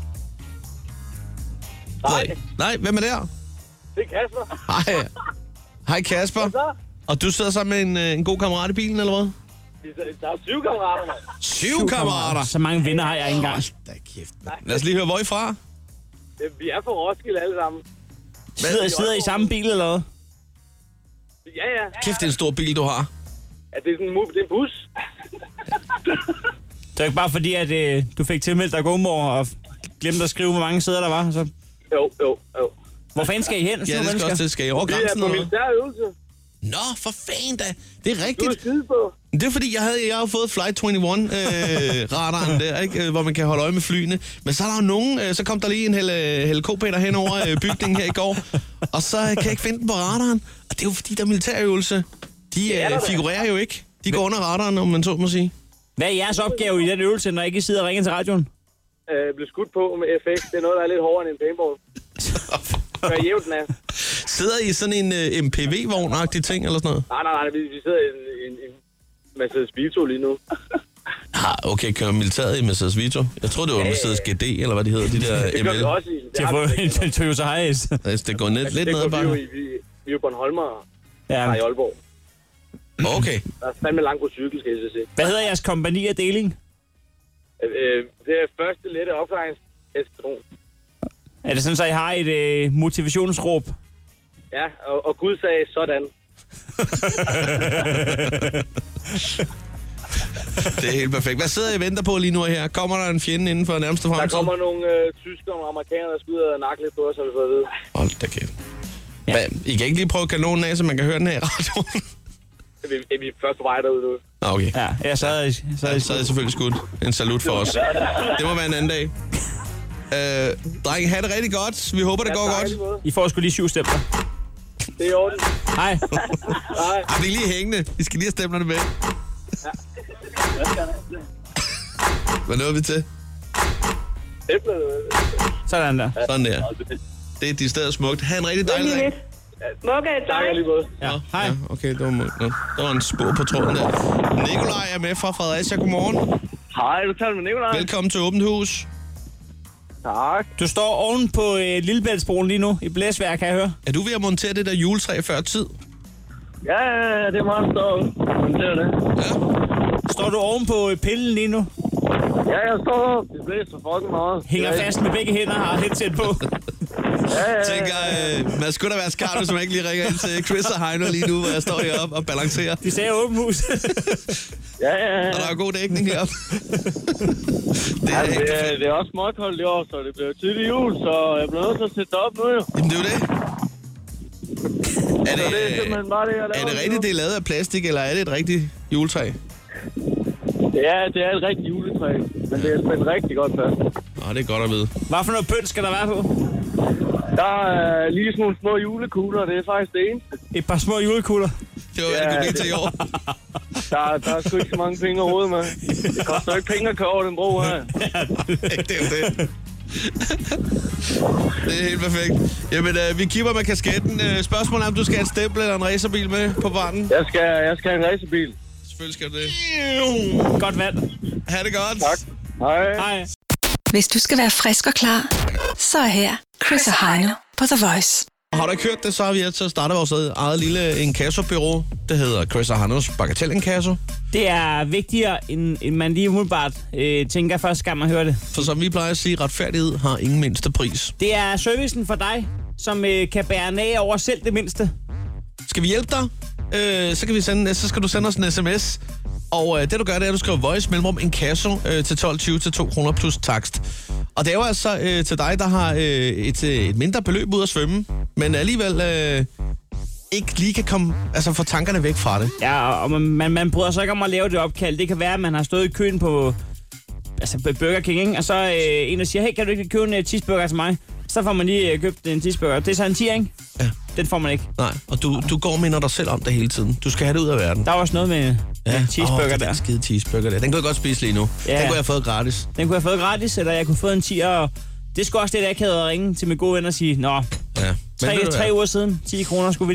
Nej, hvem er der? Det er Kasper. Hej Kasper. Og du sidder sammen med en god kammerat i bilen, eller hvad? Der er 7 kammerater, mand. 7 kammerater? Så mange venner har jeg ikke engang. Da kæft. Lad os lige høre, hvor I fra? Vi er fra Roskilde alle sammen. Sidder I i samme bil, eller hvad? Ja. Kæft, det er en stor bil, du har. Ja, det er sådan en bus. Det er ikke bare fordi, at du fik tilmeldt dig godmor og glemte at skrive, hvor mange sæder der var. Så. Jo. Hvor fanden skal I hen? Ja, det skal også til. Skal I over grænsen? Vi er på militærøvelse. Nå, for fanden da. Det er rigtigt. Du er skide på. Det er fordi, jeg har jo fået Flight 21-radaren der, ikke? Hvor man kan holde øje med flyene. Men så er der jo nogen, så kom der lige en helikopter hen over bygningen her i går, og så kan jeg ikke finde den på radaren. Og det er jo fordi, der er militærøvelse. De figurerer jo ikke. De går under radaren, om man så må sige. Hvad er jeres opgave i den øvelse, når I ikke sidder og ringer til radioen? Blive skudt på med FX. Det er noget, der er lidt hårdere end en paintball. Gør jævnt den af. Sidder I sådan en MPV-vogn-agtig ting, eller sådan noget? Nej, vi sidder i en Mercedes Vito lige nu. Okay, kører militæret i Mercedes Vito? Jeg tror det var Mercedes GD, eller hvad de hedder, de der ML. Det gør vi også i. De har fået en Toyota Hiace. Det går lidt ned bare. Vi er jo Bornholmer fra i Aalborg. Okay. Der er fandme langt på cykel, skal jeg så se. Hvad hedder jeres kompagni af deling? Det er første lette opklaringseskadron. Er det sådan, så I har et motivationsråb? Ja, og Gud sagde sådan. Det er helt perfekt. Hvad sidder I og venter på lige nu her? Kommer der en fjende inden for nærmeste fremtid? Der kommer nogle tyskere og amerikanere, der skal ud og nakke lidt på os, har vi fået at vide. Hold da kæft. Ja. I kan ikke lige prøve kanonen af, så man kan høre den her i radioen? Vi er først på vej derude nu. Okay. Ja, så er I selvfølgelig skudt. En salut for os. Det må være en anden dag. Drenge, have det rigtig godt. Vi håber, det går godt. I får sgu lige 7 stempler. Det er i orden. Hej. Bliv lige hængende. Vi skal lige have stemplerne med. Ja. Hvad nåede vi til? Sådan der. Sådan der. Det er de steder smukt. Ha' en rigtig dejlig dag. Smukke, tak. Ja, hej. Ja, okay, det var en spor på tråden der. Nikolaj er med fra Fredericia. Godmorgen. Hej, du taler med Nikolaj. Velkommen til Åbent Hus. Tak. Du står oven på Lillebæltsbroen lige nu i blæsvær, kan jeg høre. Er du ved at montere det der juletræ før tid? Ja, det er meget stort. Montere det. Ja. Står du oven på pillen lige nu? Ja, jeg står. Det blæser fucking meget. Hænger fast med begge hænder og har headset på. Tænker, man skulle da være skarp, hvis man ikke lige ringer ind til Chris og Heino lige nu, hvor jeg står heroppe og balancerer. De sagde Åbent Hus. Ja. Og der er god dækning heroppe. Det er også småkoldt i år, så det bliver tidlig jul, så jeg bliver nødt til at sætte det op nu jo. Jamen det er jo det. Er det rigtigt, det er lavet af plastik, eller er det et rigtigt juletræ? Ja, det er et rigtigt juletræ, men det er spændt rigtig godt fast. Nå, det er godt at vide. Hvad for noget pynt skal der være på? Der er lige sådan nogle små julekugler, det er faktisk det eneste. Et par små julekugler? Det var det kunne blive til i år. Der er sgu ikke så mange penge overhovedet, med. Det koster ikke penge at køre over den bro her. Det er jo det. Det er helt perfekt. Jamen, vi kipper med kasketten. Spørgsmålet er, om du skal have et stempel eller en racerbil med på varen? Jeg skal have en racerbil. Selvfølgelig skal du det. Godt valg. Ha' det godt. Tak. Hej. Hej. Hvis du skal være frisk og klar, så er her Chris og Heino på The Voice. Har du ikke hørt det, så har vi altså startet vores eget lille inkassobureau. Det hedder Chris og Heinos Bagatel Inkasso. Det er vigtigere, end man lige umiddelbart tænker første gang, man hører det. For som vi plejer at sige, retfærdighed har ingen mindste pris. Det er servicen for dig, som kan bære af over selv det mindste. Skal vi hjælpe dig? Så skal du sende os en sms. Og det du gør, det er, at du skriver voice mellemrum inkasso til 12.20 til 2 kroner plus takst. Og det er jo altså til dig, der har et mindre beløb ud at svømme, men alligevel ikke lige kan komme, altså få tankerne væk fra det. Ja, og man bryder sig ikke om at lave det opkald. Det kan være, at man har stået i køen på Burger King, ikke? Og så en, der siger, hey, kan du ikke købe en cheeseburger til mig? Så får man lige købt en cheeseburger. Det er så en 10, ikke? Ja. Den får man ikke. Nej, og du går og minder dig selv om det hele tiden. Du skal have det ud af verden. Der er også noget med cheeseburger der. Den skide cheeseburger der. Den kunne jeg godt spise lige nu. Ja. Den kunne jeg have fået gratis. Den kunne jeg have fået gratis, eller jeg kunne få en 10'er. Og det skulle også det, jeg havde at ringe til min gode ven og sige, nå, 3 uger siden, 10 kroner skulle vi lige.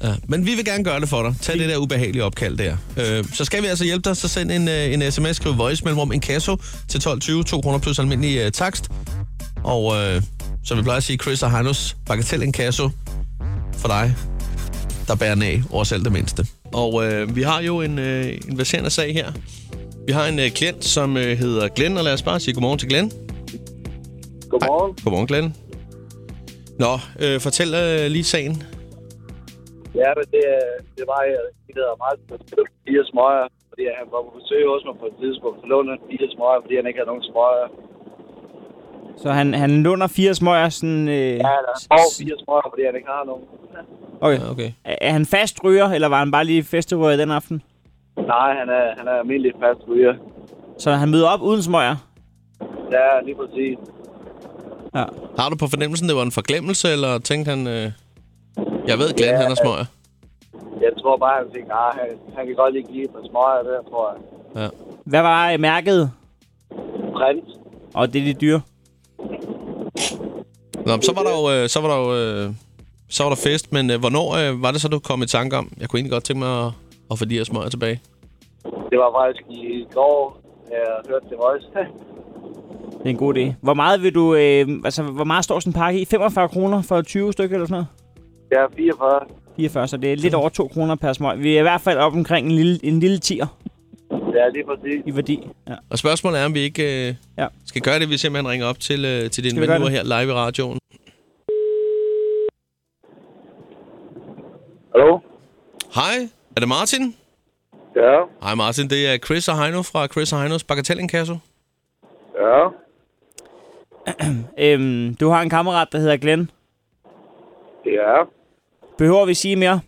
Ja, men vi vil gerne gøre det for dig. Tag det der ubehagelige opkald der. Så skal vi altså hjælpe dig, så send en sms, skriv voice mellemrum inkasso til 12.20, 200 plus almindelig takst. Og så vi plejer at sige, Chris og Heinos bagatel inkasso for dig, der bærer af over selv det mindste. Og vi har jo en verserende sag her. Vi har en klient, som hedder Glenn, og lad os bare sige godmorgen til Glenn. Godmorgen. Hej. Godmorgen, Glenn. Nå, fortæl lige sagen. Ja, men det var de der meget 4 smøger, fordi han var på besøg hos mig på et tidspunkt, så lånte han 4 smøger, fordi han ikke havde nogen smøger. Så han låner 4 smøger sådan... Ja, han får 4 smøger, fordi han ikke har nogen. Okay. Er han fast ryger, eller var han bare lige festeryger den aften? Nej, han er almindelig fast ryger. Så han møder op uden smøger? Ja, lige præcis. Ja. Har du på fornemmelsen, det var en forglemmelse, eller tænkte han... Jeg ved, Glenn, han er smøger. Jeg tror bare, han tænkte, han kan godt lige give et par smøger der, tror jeg. Ja. Hvad var mærket? Prins. Og det er de dyre? Nå, så var der fest, men hvornår var det så, du kom i tanke om? Jeg kunne egentlig godt tænke mig at få de her smøger tilbage. Det var faktisk i går, jeg hørte det Voice. Det er en god idé. Hvor meget vil du... hvor meget står sådan en pakke i? 45 kroner for 20 stykker eller sådan noget? Ja, 44. 44, så det er lidt over 2 kroner per smøg. Vi er i hvert fald op omkring en lille tier. Ja, lige præcis. I værdi, ja. Og spørgsmålet er, om vi ikke skal gøre det, vi simpelthen ringer op til din ven, nu her live i radioen. Hallo? Hej, er det Martin? Ja. Hej Martin, det er Chris og Heino fra Chris og Heinos bagatel inkasso. Ja. Du har en kammerat, der hedder Glenn. Ja. Behøver vi sige mere?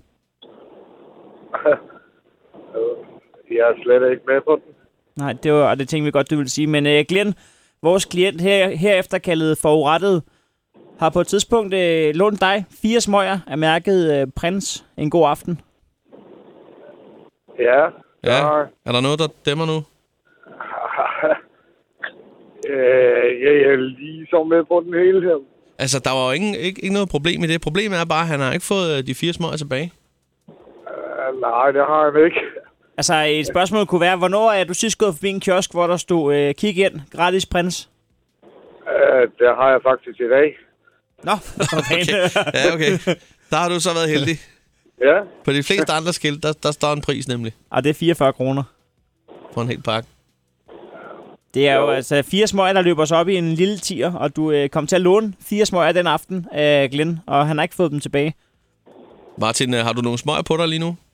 Jeg er slet ikke med på den. Nej, det tænkte vi godt, du ville sige. Men Glenn, vores klient herefter kaldet forurettet, har på et tidspunkt lånt dig 4 smøger af mærket Prins. En god aften. Ja. Er der noget, der dæmmer nu? Jeg er lige så med på den hele her. Altså, der var jo ikke noget problem i det. Problemet er bare, at han har ikke fået de 4 smøger tilbage. Nej, det har han ikke. Altså, et spørgsmål kunne være, hvornår er du sidst gået forbi en kiosk, hvor der stod kig ind, gratis Prins? Det har jeg faktisk i dag. Nå, okay. Ja, okay. Der har du så været heldig. Ja. På de fleste andre skilt, der står en pris nemlig. Og det er 44 kroner. For en hel pakke. Det er jo altså 4 smøger, der løber sig op i en lille tier, og du kom til at låne 4 smøger den aften af Glenn, og han har ikke fået dem tilbage. Martin, har du nogle smøger på dig lige nu?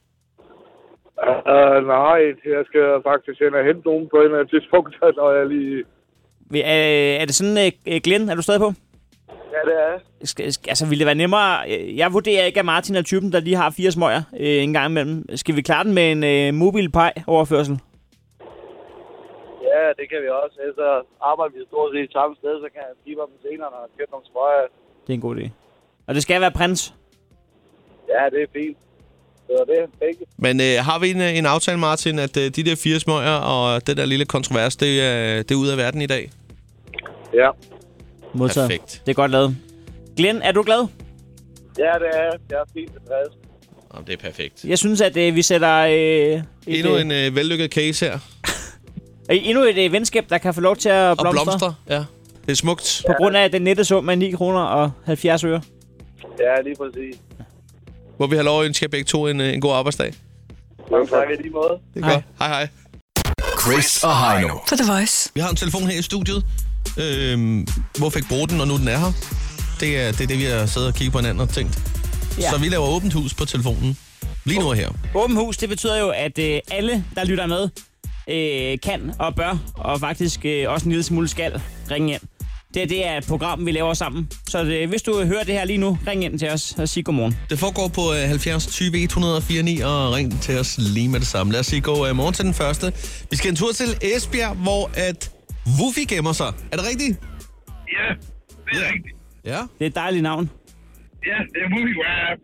Nej, jeg skal faktisk hen og hente nogen på en eller anden tidspunkt, når jeg lige... Er det sådan, Glenn, er du stadig på? Ja, det er. Altså, ville det være nemmere... Jeg vurderer ikke, at Martin er typen, der lige har 4 smøger en gang imellem. Skal vi klare den med en mobilpej-overførsel? Ja, det kan vi også. Ellers arbejder vi stort set samme sted, så kan jeg give dem senere, når jeg køber nogle smøger. Det er en god idé. Og det skal være Prins? Ja, det er fint. Så det er begge. Men har vi en aftale, Martin, at de der 4 smøger og det der lille kontrovers, det er ude af verden i dag? Ja. Modtaget. Perfekt. Det er godt lavet. Glenn, er du glad? Ja, det er. Jeg er fint tilfreds. Det er perfekt. Jeg synes, at vi sætter... Endnu en vellykket case her. Endnu et venskab, der kan få lov til at blomstre. Og blomstre, ja. Det er smukt. På grund af den nette sum af 9 kroner og 70 øre. Ja, lige præcis. Må vi have lov at ønske jer begge to en god arbejdsdag? Mange tak i lige måde. Det er godt. Hej. Chris og Heino. På The Voice. Vi har en telefon her i studiet. Hvorfor ikke bruge den, når nu den er her? Det er det, vi har siddet og kigget på hinanden og tænkt. Ja. Så vi laver åbent hus på telefonen. Lige nu her. Åbent hus, det betyder jo, at alle, der lytter med, kan og bør, og faktisk også en lille smule skal ringe ind. Det er et program, vi laver sammen. Så hvis du hører det her lige nu, ring ind til os og sig godmorgen. Det foregår på 70 20 104 9, og ring til os lige med det samme. Lad os sige morgen til den første. Vi skal en tur til Esbjerg, hvor at Wuffy gemmer sig. Er det rigtigt? Ja, det er rigtigt. Ja. Det er et dejligt navn. Ja, det er Wuffy.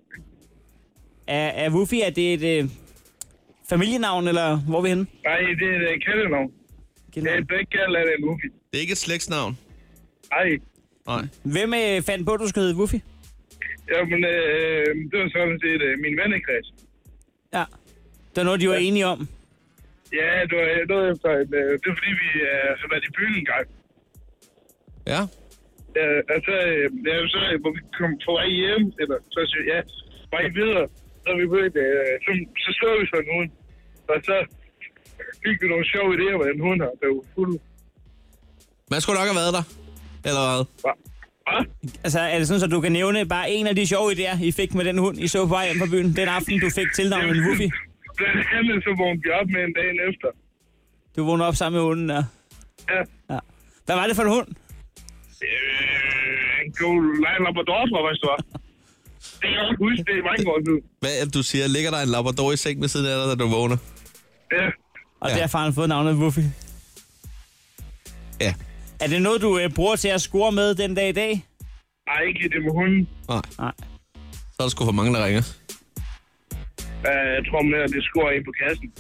Er Wuffy, er det et familienavn, eller hvor er vi henne? Nej, det er et kældenavn. Det er ikke kaldt, at det er Wuffy. Det er ikke et slægtsnavn? Nej. Hvem fandt på, at du skal hedde Wuffy? Jamen, det var sådan set min vennekreds. Ja. Det var noget, de var enige om. Ja, det var noget efter det var fordi, vi har været i byen en gang. Ja. Så hvor vi kom på vej hjem, eller så siger ja, vej videre, så vi begyndte, så stod vi sådan en hund. Og så fik vi nogle sjove idéer, hvad en hund har, der var fuld. Man skulle nok have været der, eller hvad? Hvad? Altså, er det sådan, at du kan nævne bare en af de sjove idéer, I fik med den hund, I så på vej hjem fra byen, den aften, du fik tilnavnet en Wuffy? Blandt andet så vågnede vi op med en dag efter. Du vågnede op sammen med hunden, ja. Ja. Hvad var det for en hund? En god labrador, tror jeg, det var. Det kan jeg ikke huske, det er mange år nu. Hvad er det, du siger? Ligger der en labrador i seng ved siden af dig, da du vågner? Ja. Og derfor har han fået navnet Wuffy. Ja. Er det noget, du bruger til at score med den dag i dag? Nej, ikke det med hunden. Nej. Så er der sgu for mange, der ringer. Jeg tror mere, at det scorer ind på kassen.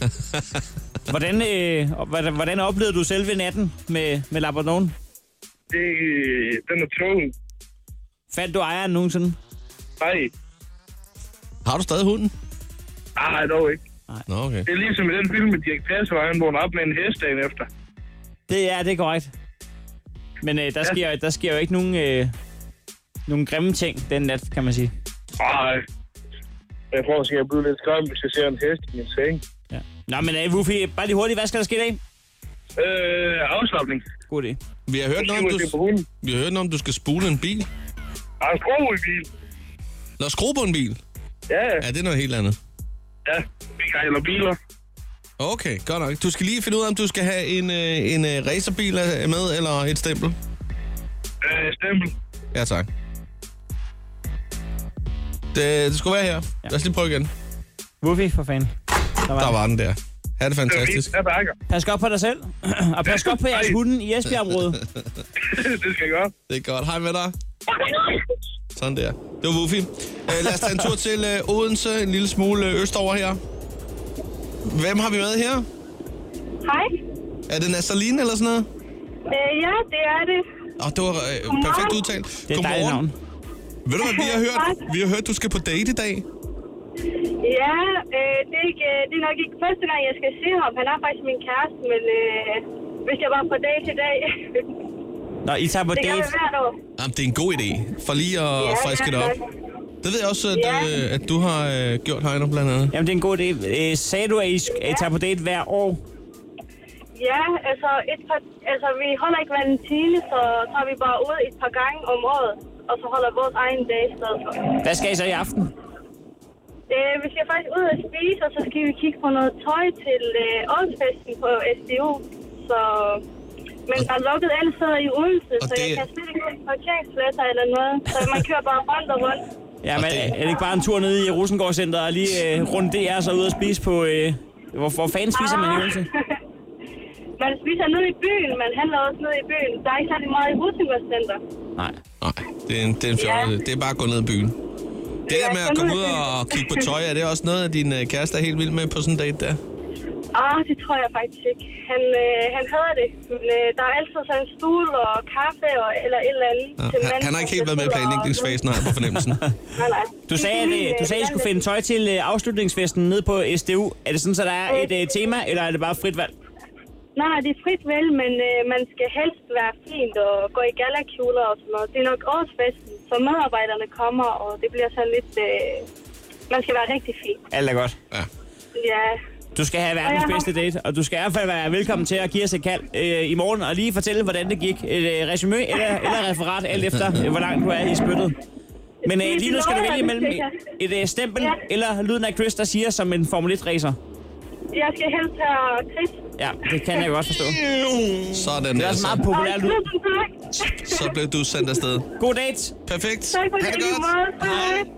Hvordan oplevede du selve natten med labradoren? Den er tung. Fandt du ejeren nogensinde? Nej. Har du stadig hunden? Nej, dog ikke. Nej. Nå, okay. Det er ligesom i den film med Dirk Passer, hvor han vågner op med en hest dagen efter. Det er korrekt. Men der sker jo ikke nogen grimme ting den nat, kan man sige. Nej. Jeg tror måske, jeg bliver lidt skræmt, hvis jeg ser en hest i min seng. Ja. Nå, men Wuffy, bare lige hurtigt, hvad skal der ske i dag? Afslapning. God idé. Vi har hørt noget om, du skal spule en bil. Der er en skrue i bil. Nå, skrue på en bil? Ja. Er det noget helt andet? Ja, biler eller biler. Okay, godt nok. Du skal lige finde ud af, om du skal have en racerbil med, eller et stempel. Stempel. Ja, tak. Det skulle være her. Ja. Lad os lige prøve igen. Wuffy, for fanden. Der var den der. Er det fantastisk. Pas godt på dig selv. Og pas godt på jeres hunden i Esbjerg-området. Det skal jeg gøre. Det er godt. Hej med dig. Sådan der. Det var Wuffy. Lad os tage en tur til Odense, en lille smule østover her. Hvem har vi med her? Hej. Er det Nastaline eller sådan noget? Ja, det er det. Det var perfekt udtalt. Det er et dejligt navn. Ved du hvad, vi har hørt, du skal på date i dag. Ja, det er nok ikke første gang, jeg skal se ham. Han er faktisk min kæreste, men hvis jeg var på date i dag... Nå, I tager på date? Det gør vi hvert år. Jamen, det er en god idé. For lige at friske det op. Det ved jeg også, at du har gjort, Heino, blandt andet. Jamen, det er en god idé. Sagde du, at I tager på date hver år? Ja, altså vi holder ikke valentine, så tager vi bare ud et par gange om året, og så holder vores egen dag i stedet for. Hvad skal I så i aften? Vi skal faktisk ud og spise, og så skal vi kigge på noget tøj til årsfesten på SDU. Så... Men der er lukket alle steder i Odense, så jeg kan slet ikke få parkeringspladser eller noget. Så man kører bare rundt og rundt. Ja, men er det ikke bare en tur nede i Rosengård-centret og lige rundt DR så ud og spise på... Hvor fanden spiser man i Odense? Man spiser nede i byen, man handler også nede i byen. Der er ikke særlig meget i Rosengård-center. Nej, det er en fjolle. Det er bare at gå ned i byen. Det der med at komme ud og kigge på tøj, er det også noget, at din kæreste er helt vild med på sådan en date der? Det tror jeg faktisk ikke. Han hader det. Men der er altid sådan en stol og kaffe eller et eller andet. Ja, han har ikke helt været med i planlægningsfasen, har jeg på fornemmelsen. Nej. Du sagde, at I skulle finde tøj til afslutningsfesten nede på SDU. Er det sådan, så der er et tema, eller er det bare frit valg? Nej, det er frit valg, men man skal helst være fint og gå i galakjoler og sådan noget. Det er nok årsfesten, så medarbejderne kommer, og det bliver sådan lidt... man skal være rigtig fin. Alt er godt. Ja. Du skal have verdens bedste date, og du skal i hvert fald være velkommen til at give os et kald i morgen, og lige fortælle, hvordan det gik. Et resume eller referat, alt efter, hvor langt du er i spyttet. Men lige nu skal du vælge mellem et stempel eller lyden af Chris, der siger som en Formel 1-racer. Jeg skal helst have Chris. Ja, det kan jeg godt forstå. Sådan. Det er også meget populært lyd. Så blev du sendt afsted. God date. Perfekt. Tak for det.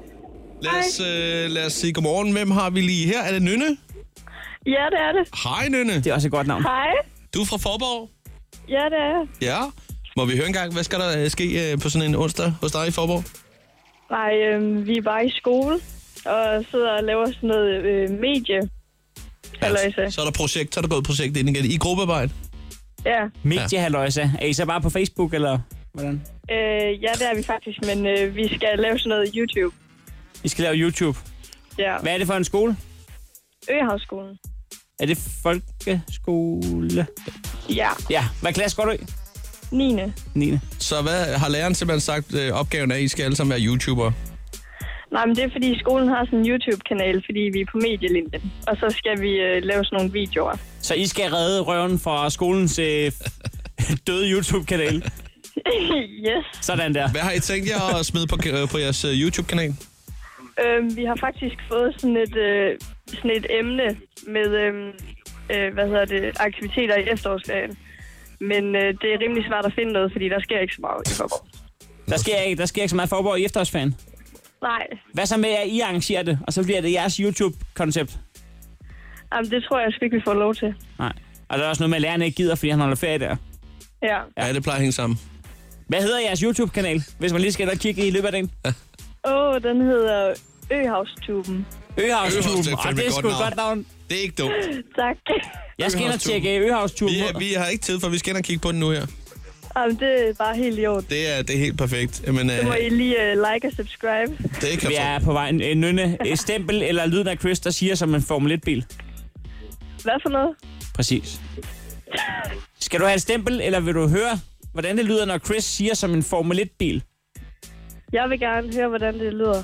Hej. Lad os sige godmorgen. Hvem har vi lige her? Er det Nynne? Ja, det er det. Hej, Nynne. Det er også et godt navn. Hej. Du er fra Faaborg? Ja, det er jeg. Ja. Må vi høre en gang, hvad skal der ske på sådan en onsdag hos dig i Faaborg? Nej, vi er bare i skole og sidder og laver sådan noget medie. Ja, så er der projekt, så er der gået projekt ind igen. I gruppearbejde? Ja. Mediehalløjsa. Er I så bare på Facebook, eller? Hvordan? Ja, det er vi faktisk, men vi skal lave sådan noget YouTube. I skal lave YouTube? Ja. Hvad er det for en skole? Øhavsskolen. Er det folkeskole? Ja. Ja. Hvad klasse går du i? 9. Så hvad har læreren simpelthen sagt, opgaven er, at I skal alle sammen være YouTubere? Nej, men det er fordi skolen har sådan en YouTube-kanal, fordi vi er på medielinjen. Og så skal vi lave sådan nogle videoer. Så I skal redde røven fra skolens døde YouTube-kanal? Yes. Sådan der. Hvad har I tænkt jer at smide på jeres YouTube-kanal? Vi har faktisk fået sådan et emne med aktiviteter i efterårsferien. Men det er rimelig svært at finde noget, fordi der sker ikke så meget i Faaborg. Der sker ikke så meget Faaborg i efterårsferien? Nej. Hvad så med, at I arrangerer det, og så bliver det jeres YouTube-koncept? Jamen, det tror jeg sgu ikke, vi får lov til. Nej. Og der er også noget med, at lærerne ikke gider, fordi han holder ferie der. Ja, det plejer at hænge sammen. Hvad hedder jeres YouTube-kanal, hvis man lige skal kigge i løbet af dagen? Den hedder Øhavstuben. Øhavstuben, og det er sgu et godt navn. Det er ikke dumt. Tak. Jeg skal ind og tjekke Øhavstuben. Vi har ikke tid for, vi skal ind og kigge på den nu her. Jamen, det er bare helt i orden. Det er helt perfekt. Jamen, så må I lige like og subscribe. Det kan vi er på vej en nynne stempel eller lyden af Chris, der siger som en Formel 1-bil. Hvad for noget? Præcis. Skal du have et stempel, eller vil du høre, hvordan det lyder, når Chris siger som en Formel 1-bil? Jeg vil gerne høre, hvordan det lyder.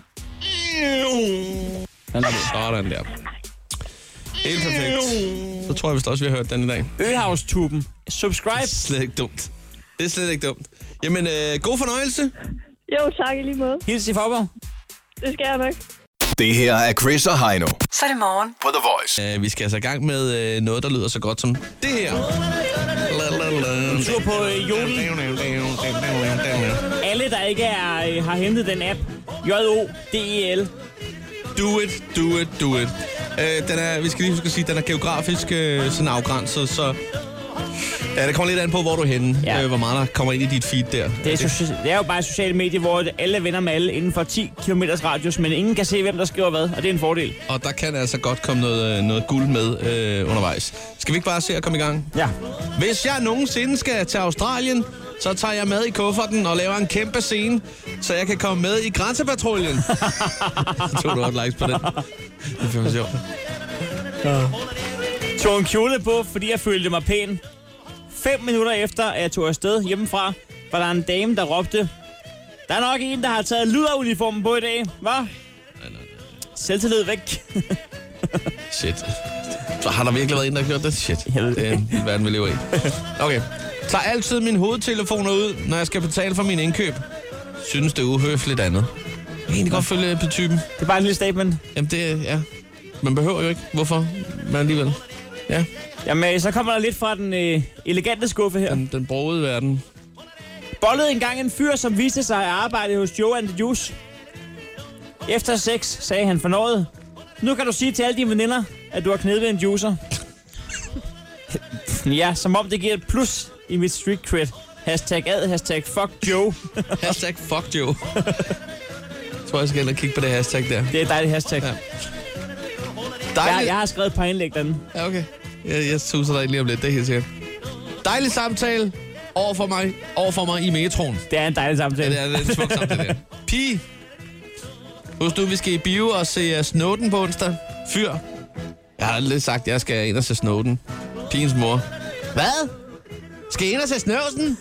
Sådan der. Helt perfekt. Så tror jeg vist også, vi har hørt den i dag. Øhavstuben. Subscribe. Det er slet ikke dumt. Det er slet ikke dumt. Jamen, god fornøjelse. Jo, tak i lige måde. Hils i Faaborg. Det skal jeg nok. Det her er Chris og Heino. Så er det morgen På The Voice. Vi skal altså i gang med noget, der lyder så godt som det her. En tur på Jodel. Alle, der ikke har hentet den app, JODEL. Do it, do it, do it. Vi skal lige huske at sige, at den er geografisk sådan afgrænset, så ja, det kommer lidt an på, hvor du er henne, hvor meget der kommer ind i dit feed der. Det er jo bare et socialt medie, hvor alle venner med alle inden for 10 km radius, men ingen kan se, hvem der skriver hvad, og det er en fordel. Og der kan altså godt komme noget guld med undervejs. Skal vi ikke bare se at komme i gang? Ja. Hvis jeg nogensinde skal til Australien, så tager jeg med i kufferten og laver en kæmpe scene, så jeg kan komme med i grænsepatruljen. Så tog du godt likes på den. Det er fandme sjovt. Tog en kjole på, fordi jeg følte mig pæn. 5 minutter efter, at jeg tog afsted hjemmefra, var der en dame, der råbte: "Der er nok en, der har taget luderuniformen på i dag, hva'?" Selvtillid væk. Shit. Så har der virkelig været en, der har gjort det? Shit. Det er en verden, vi lever i. Okay. Tager altid mine hovedtelefoner ud, når jeg skal betale for min indkøb. Synes det er uhøfligt andet. Jeg kan egentlig godt følge på typen. Det er bare en lille statement. Jamen det, ja. Man behøver jo ikke. Hvorfor? Men alligevel. Ja. Jamen, så kommer der lidt fra den elegante skuffe her. Den brogede verden. Bollede engang en fyr, som viste sig at arbejde hos Joe and the Juice. Efter sex sagde han fornøjet: "Nu kan du sige til alle dine veninder, at du har knædet en juicer." Ja, som om det giver et plus i mit street cred. #ad, #fuck Joe. #fuck Joe. Jeg tror, jeg skal ind og kigge på det hashtag der. Det er et dejligt hashtag. Ja. Jeg har skrevet et par indlæg derinde. Ja, okay. Jeg tuser dig lige om lidt, det er helt sikkert. Dejlig samtale overfor mig i metroen. Det er en dejlig samtale. Ja, det er en smuk samtale der. Pige. Husk nu, vi skal i bio og se Snowden på onsdag. Fyr. Jeg har lidt sagt, at jeg skal ind og se Snowden. Pigens mor. Hvad? Skal I ind og se Snowden?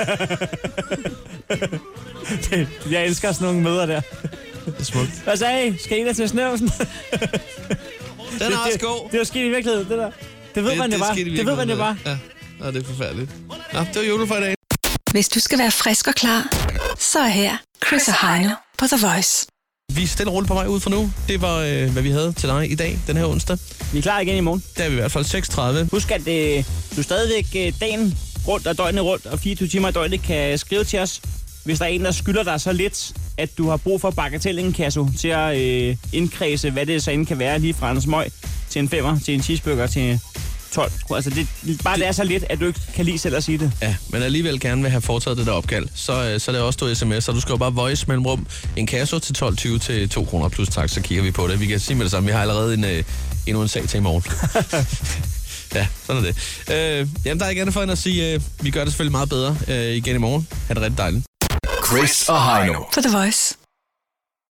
Jeg elsker sådan nogle møder der. Det er smukt. Hvad sagde I? Skal I ind og se Snowden? Den er også god. Det var skidt i virkeligheden, det der. Det ved man jo bare. Det ved man jo bare. Ja, det er forfærdeligt. Nå, det var julefredag. Hvis du skal være frisk og klar, så er her Chris og Heino på The Voice. Vi er stille og roligt på vej ud for nu. Det var, hvad vi havde til dig i dag, den her onsdag. Vi er klar igen i morgen. Det er vi i hvert fald 6:30. Husk, at du stadigvæk dagen rundt og døgnet rundt og 24 timer i døgnet kan skrive til os, hvis der er en, der skylder dig så lidt, at du har brug for bagatellinkasso til at indkredse, hvad det så end kan være, lige fra en smøg til en 5'er, til en cheeseburger, til 12. Altså det er så lidt, at du ikke kan lide selv at sige det. Ja, men alligevel gerne vil have foretaget det der opkald. Så er det også stået sms, så du skriver bare voice mellemrum en kasso til 12.20 til 2 kroner plus tak, så kigger vi på det. Vi kan sige med det samme, vi har allerede endnu en sag til i morgen. Ja, sådan er det. Jamen, der er ikke andet for end at sige, vi gør det selvfølgelig meget bedre igen i morgen. Ha' det rigtig dejligt. Chris og Heino. For The Voice.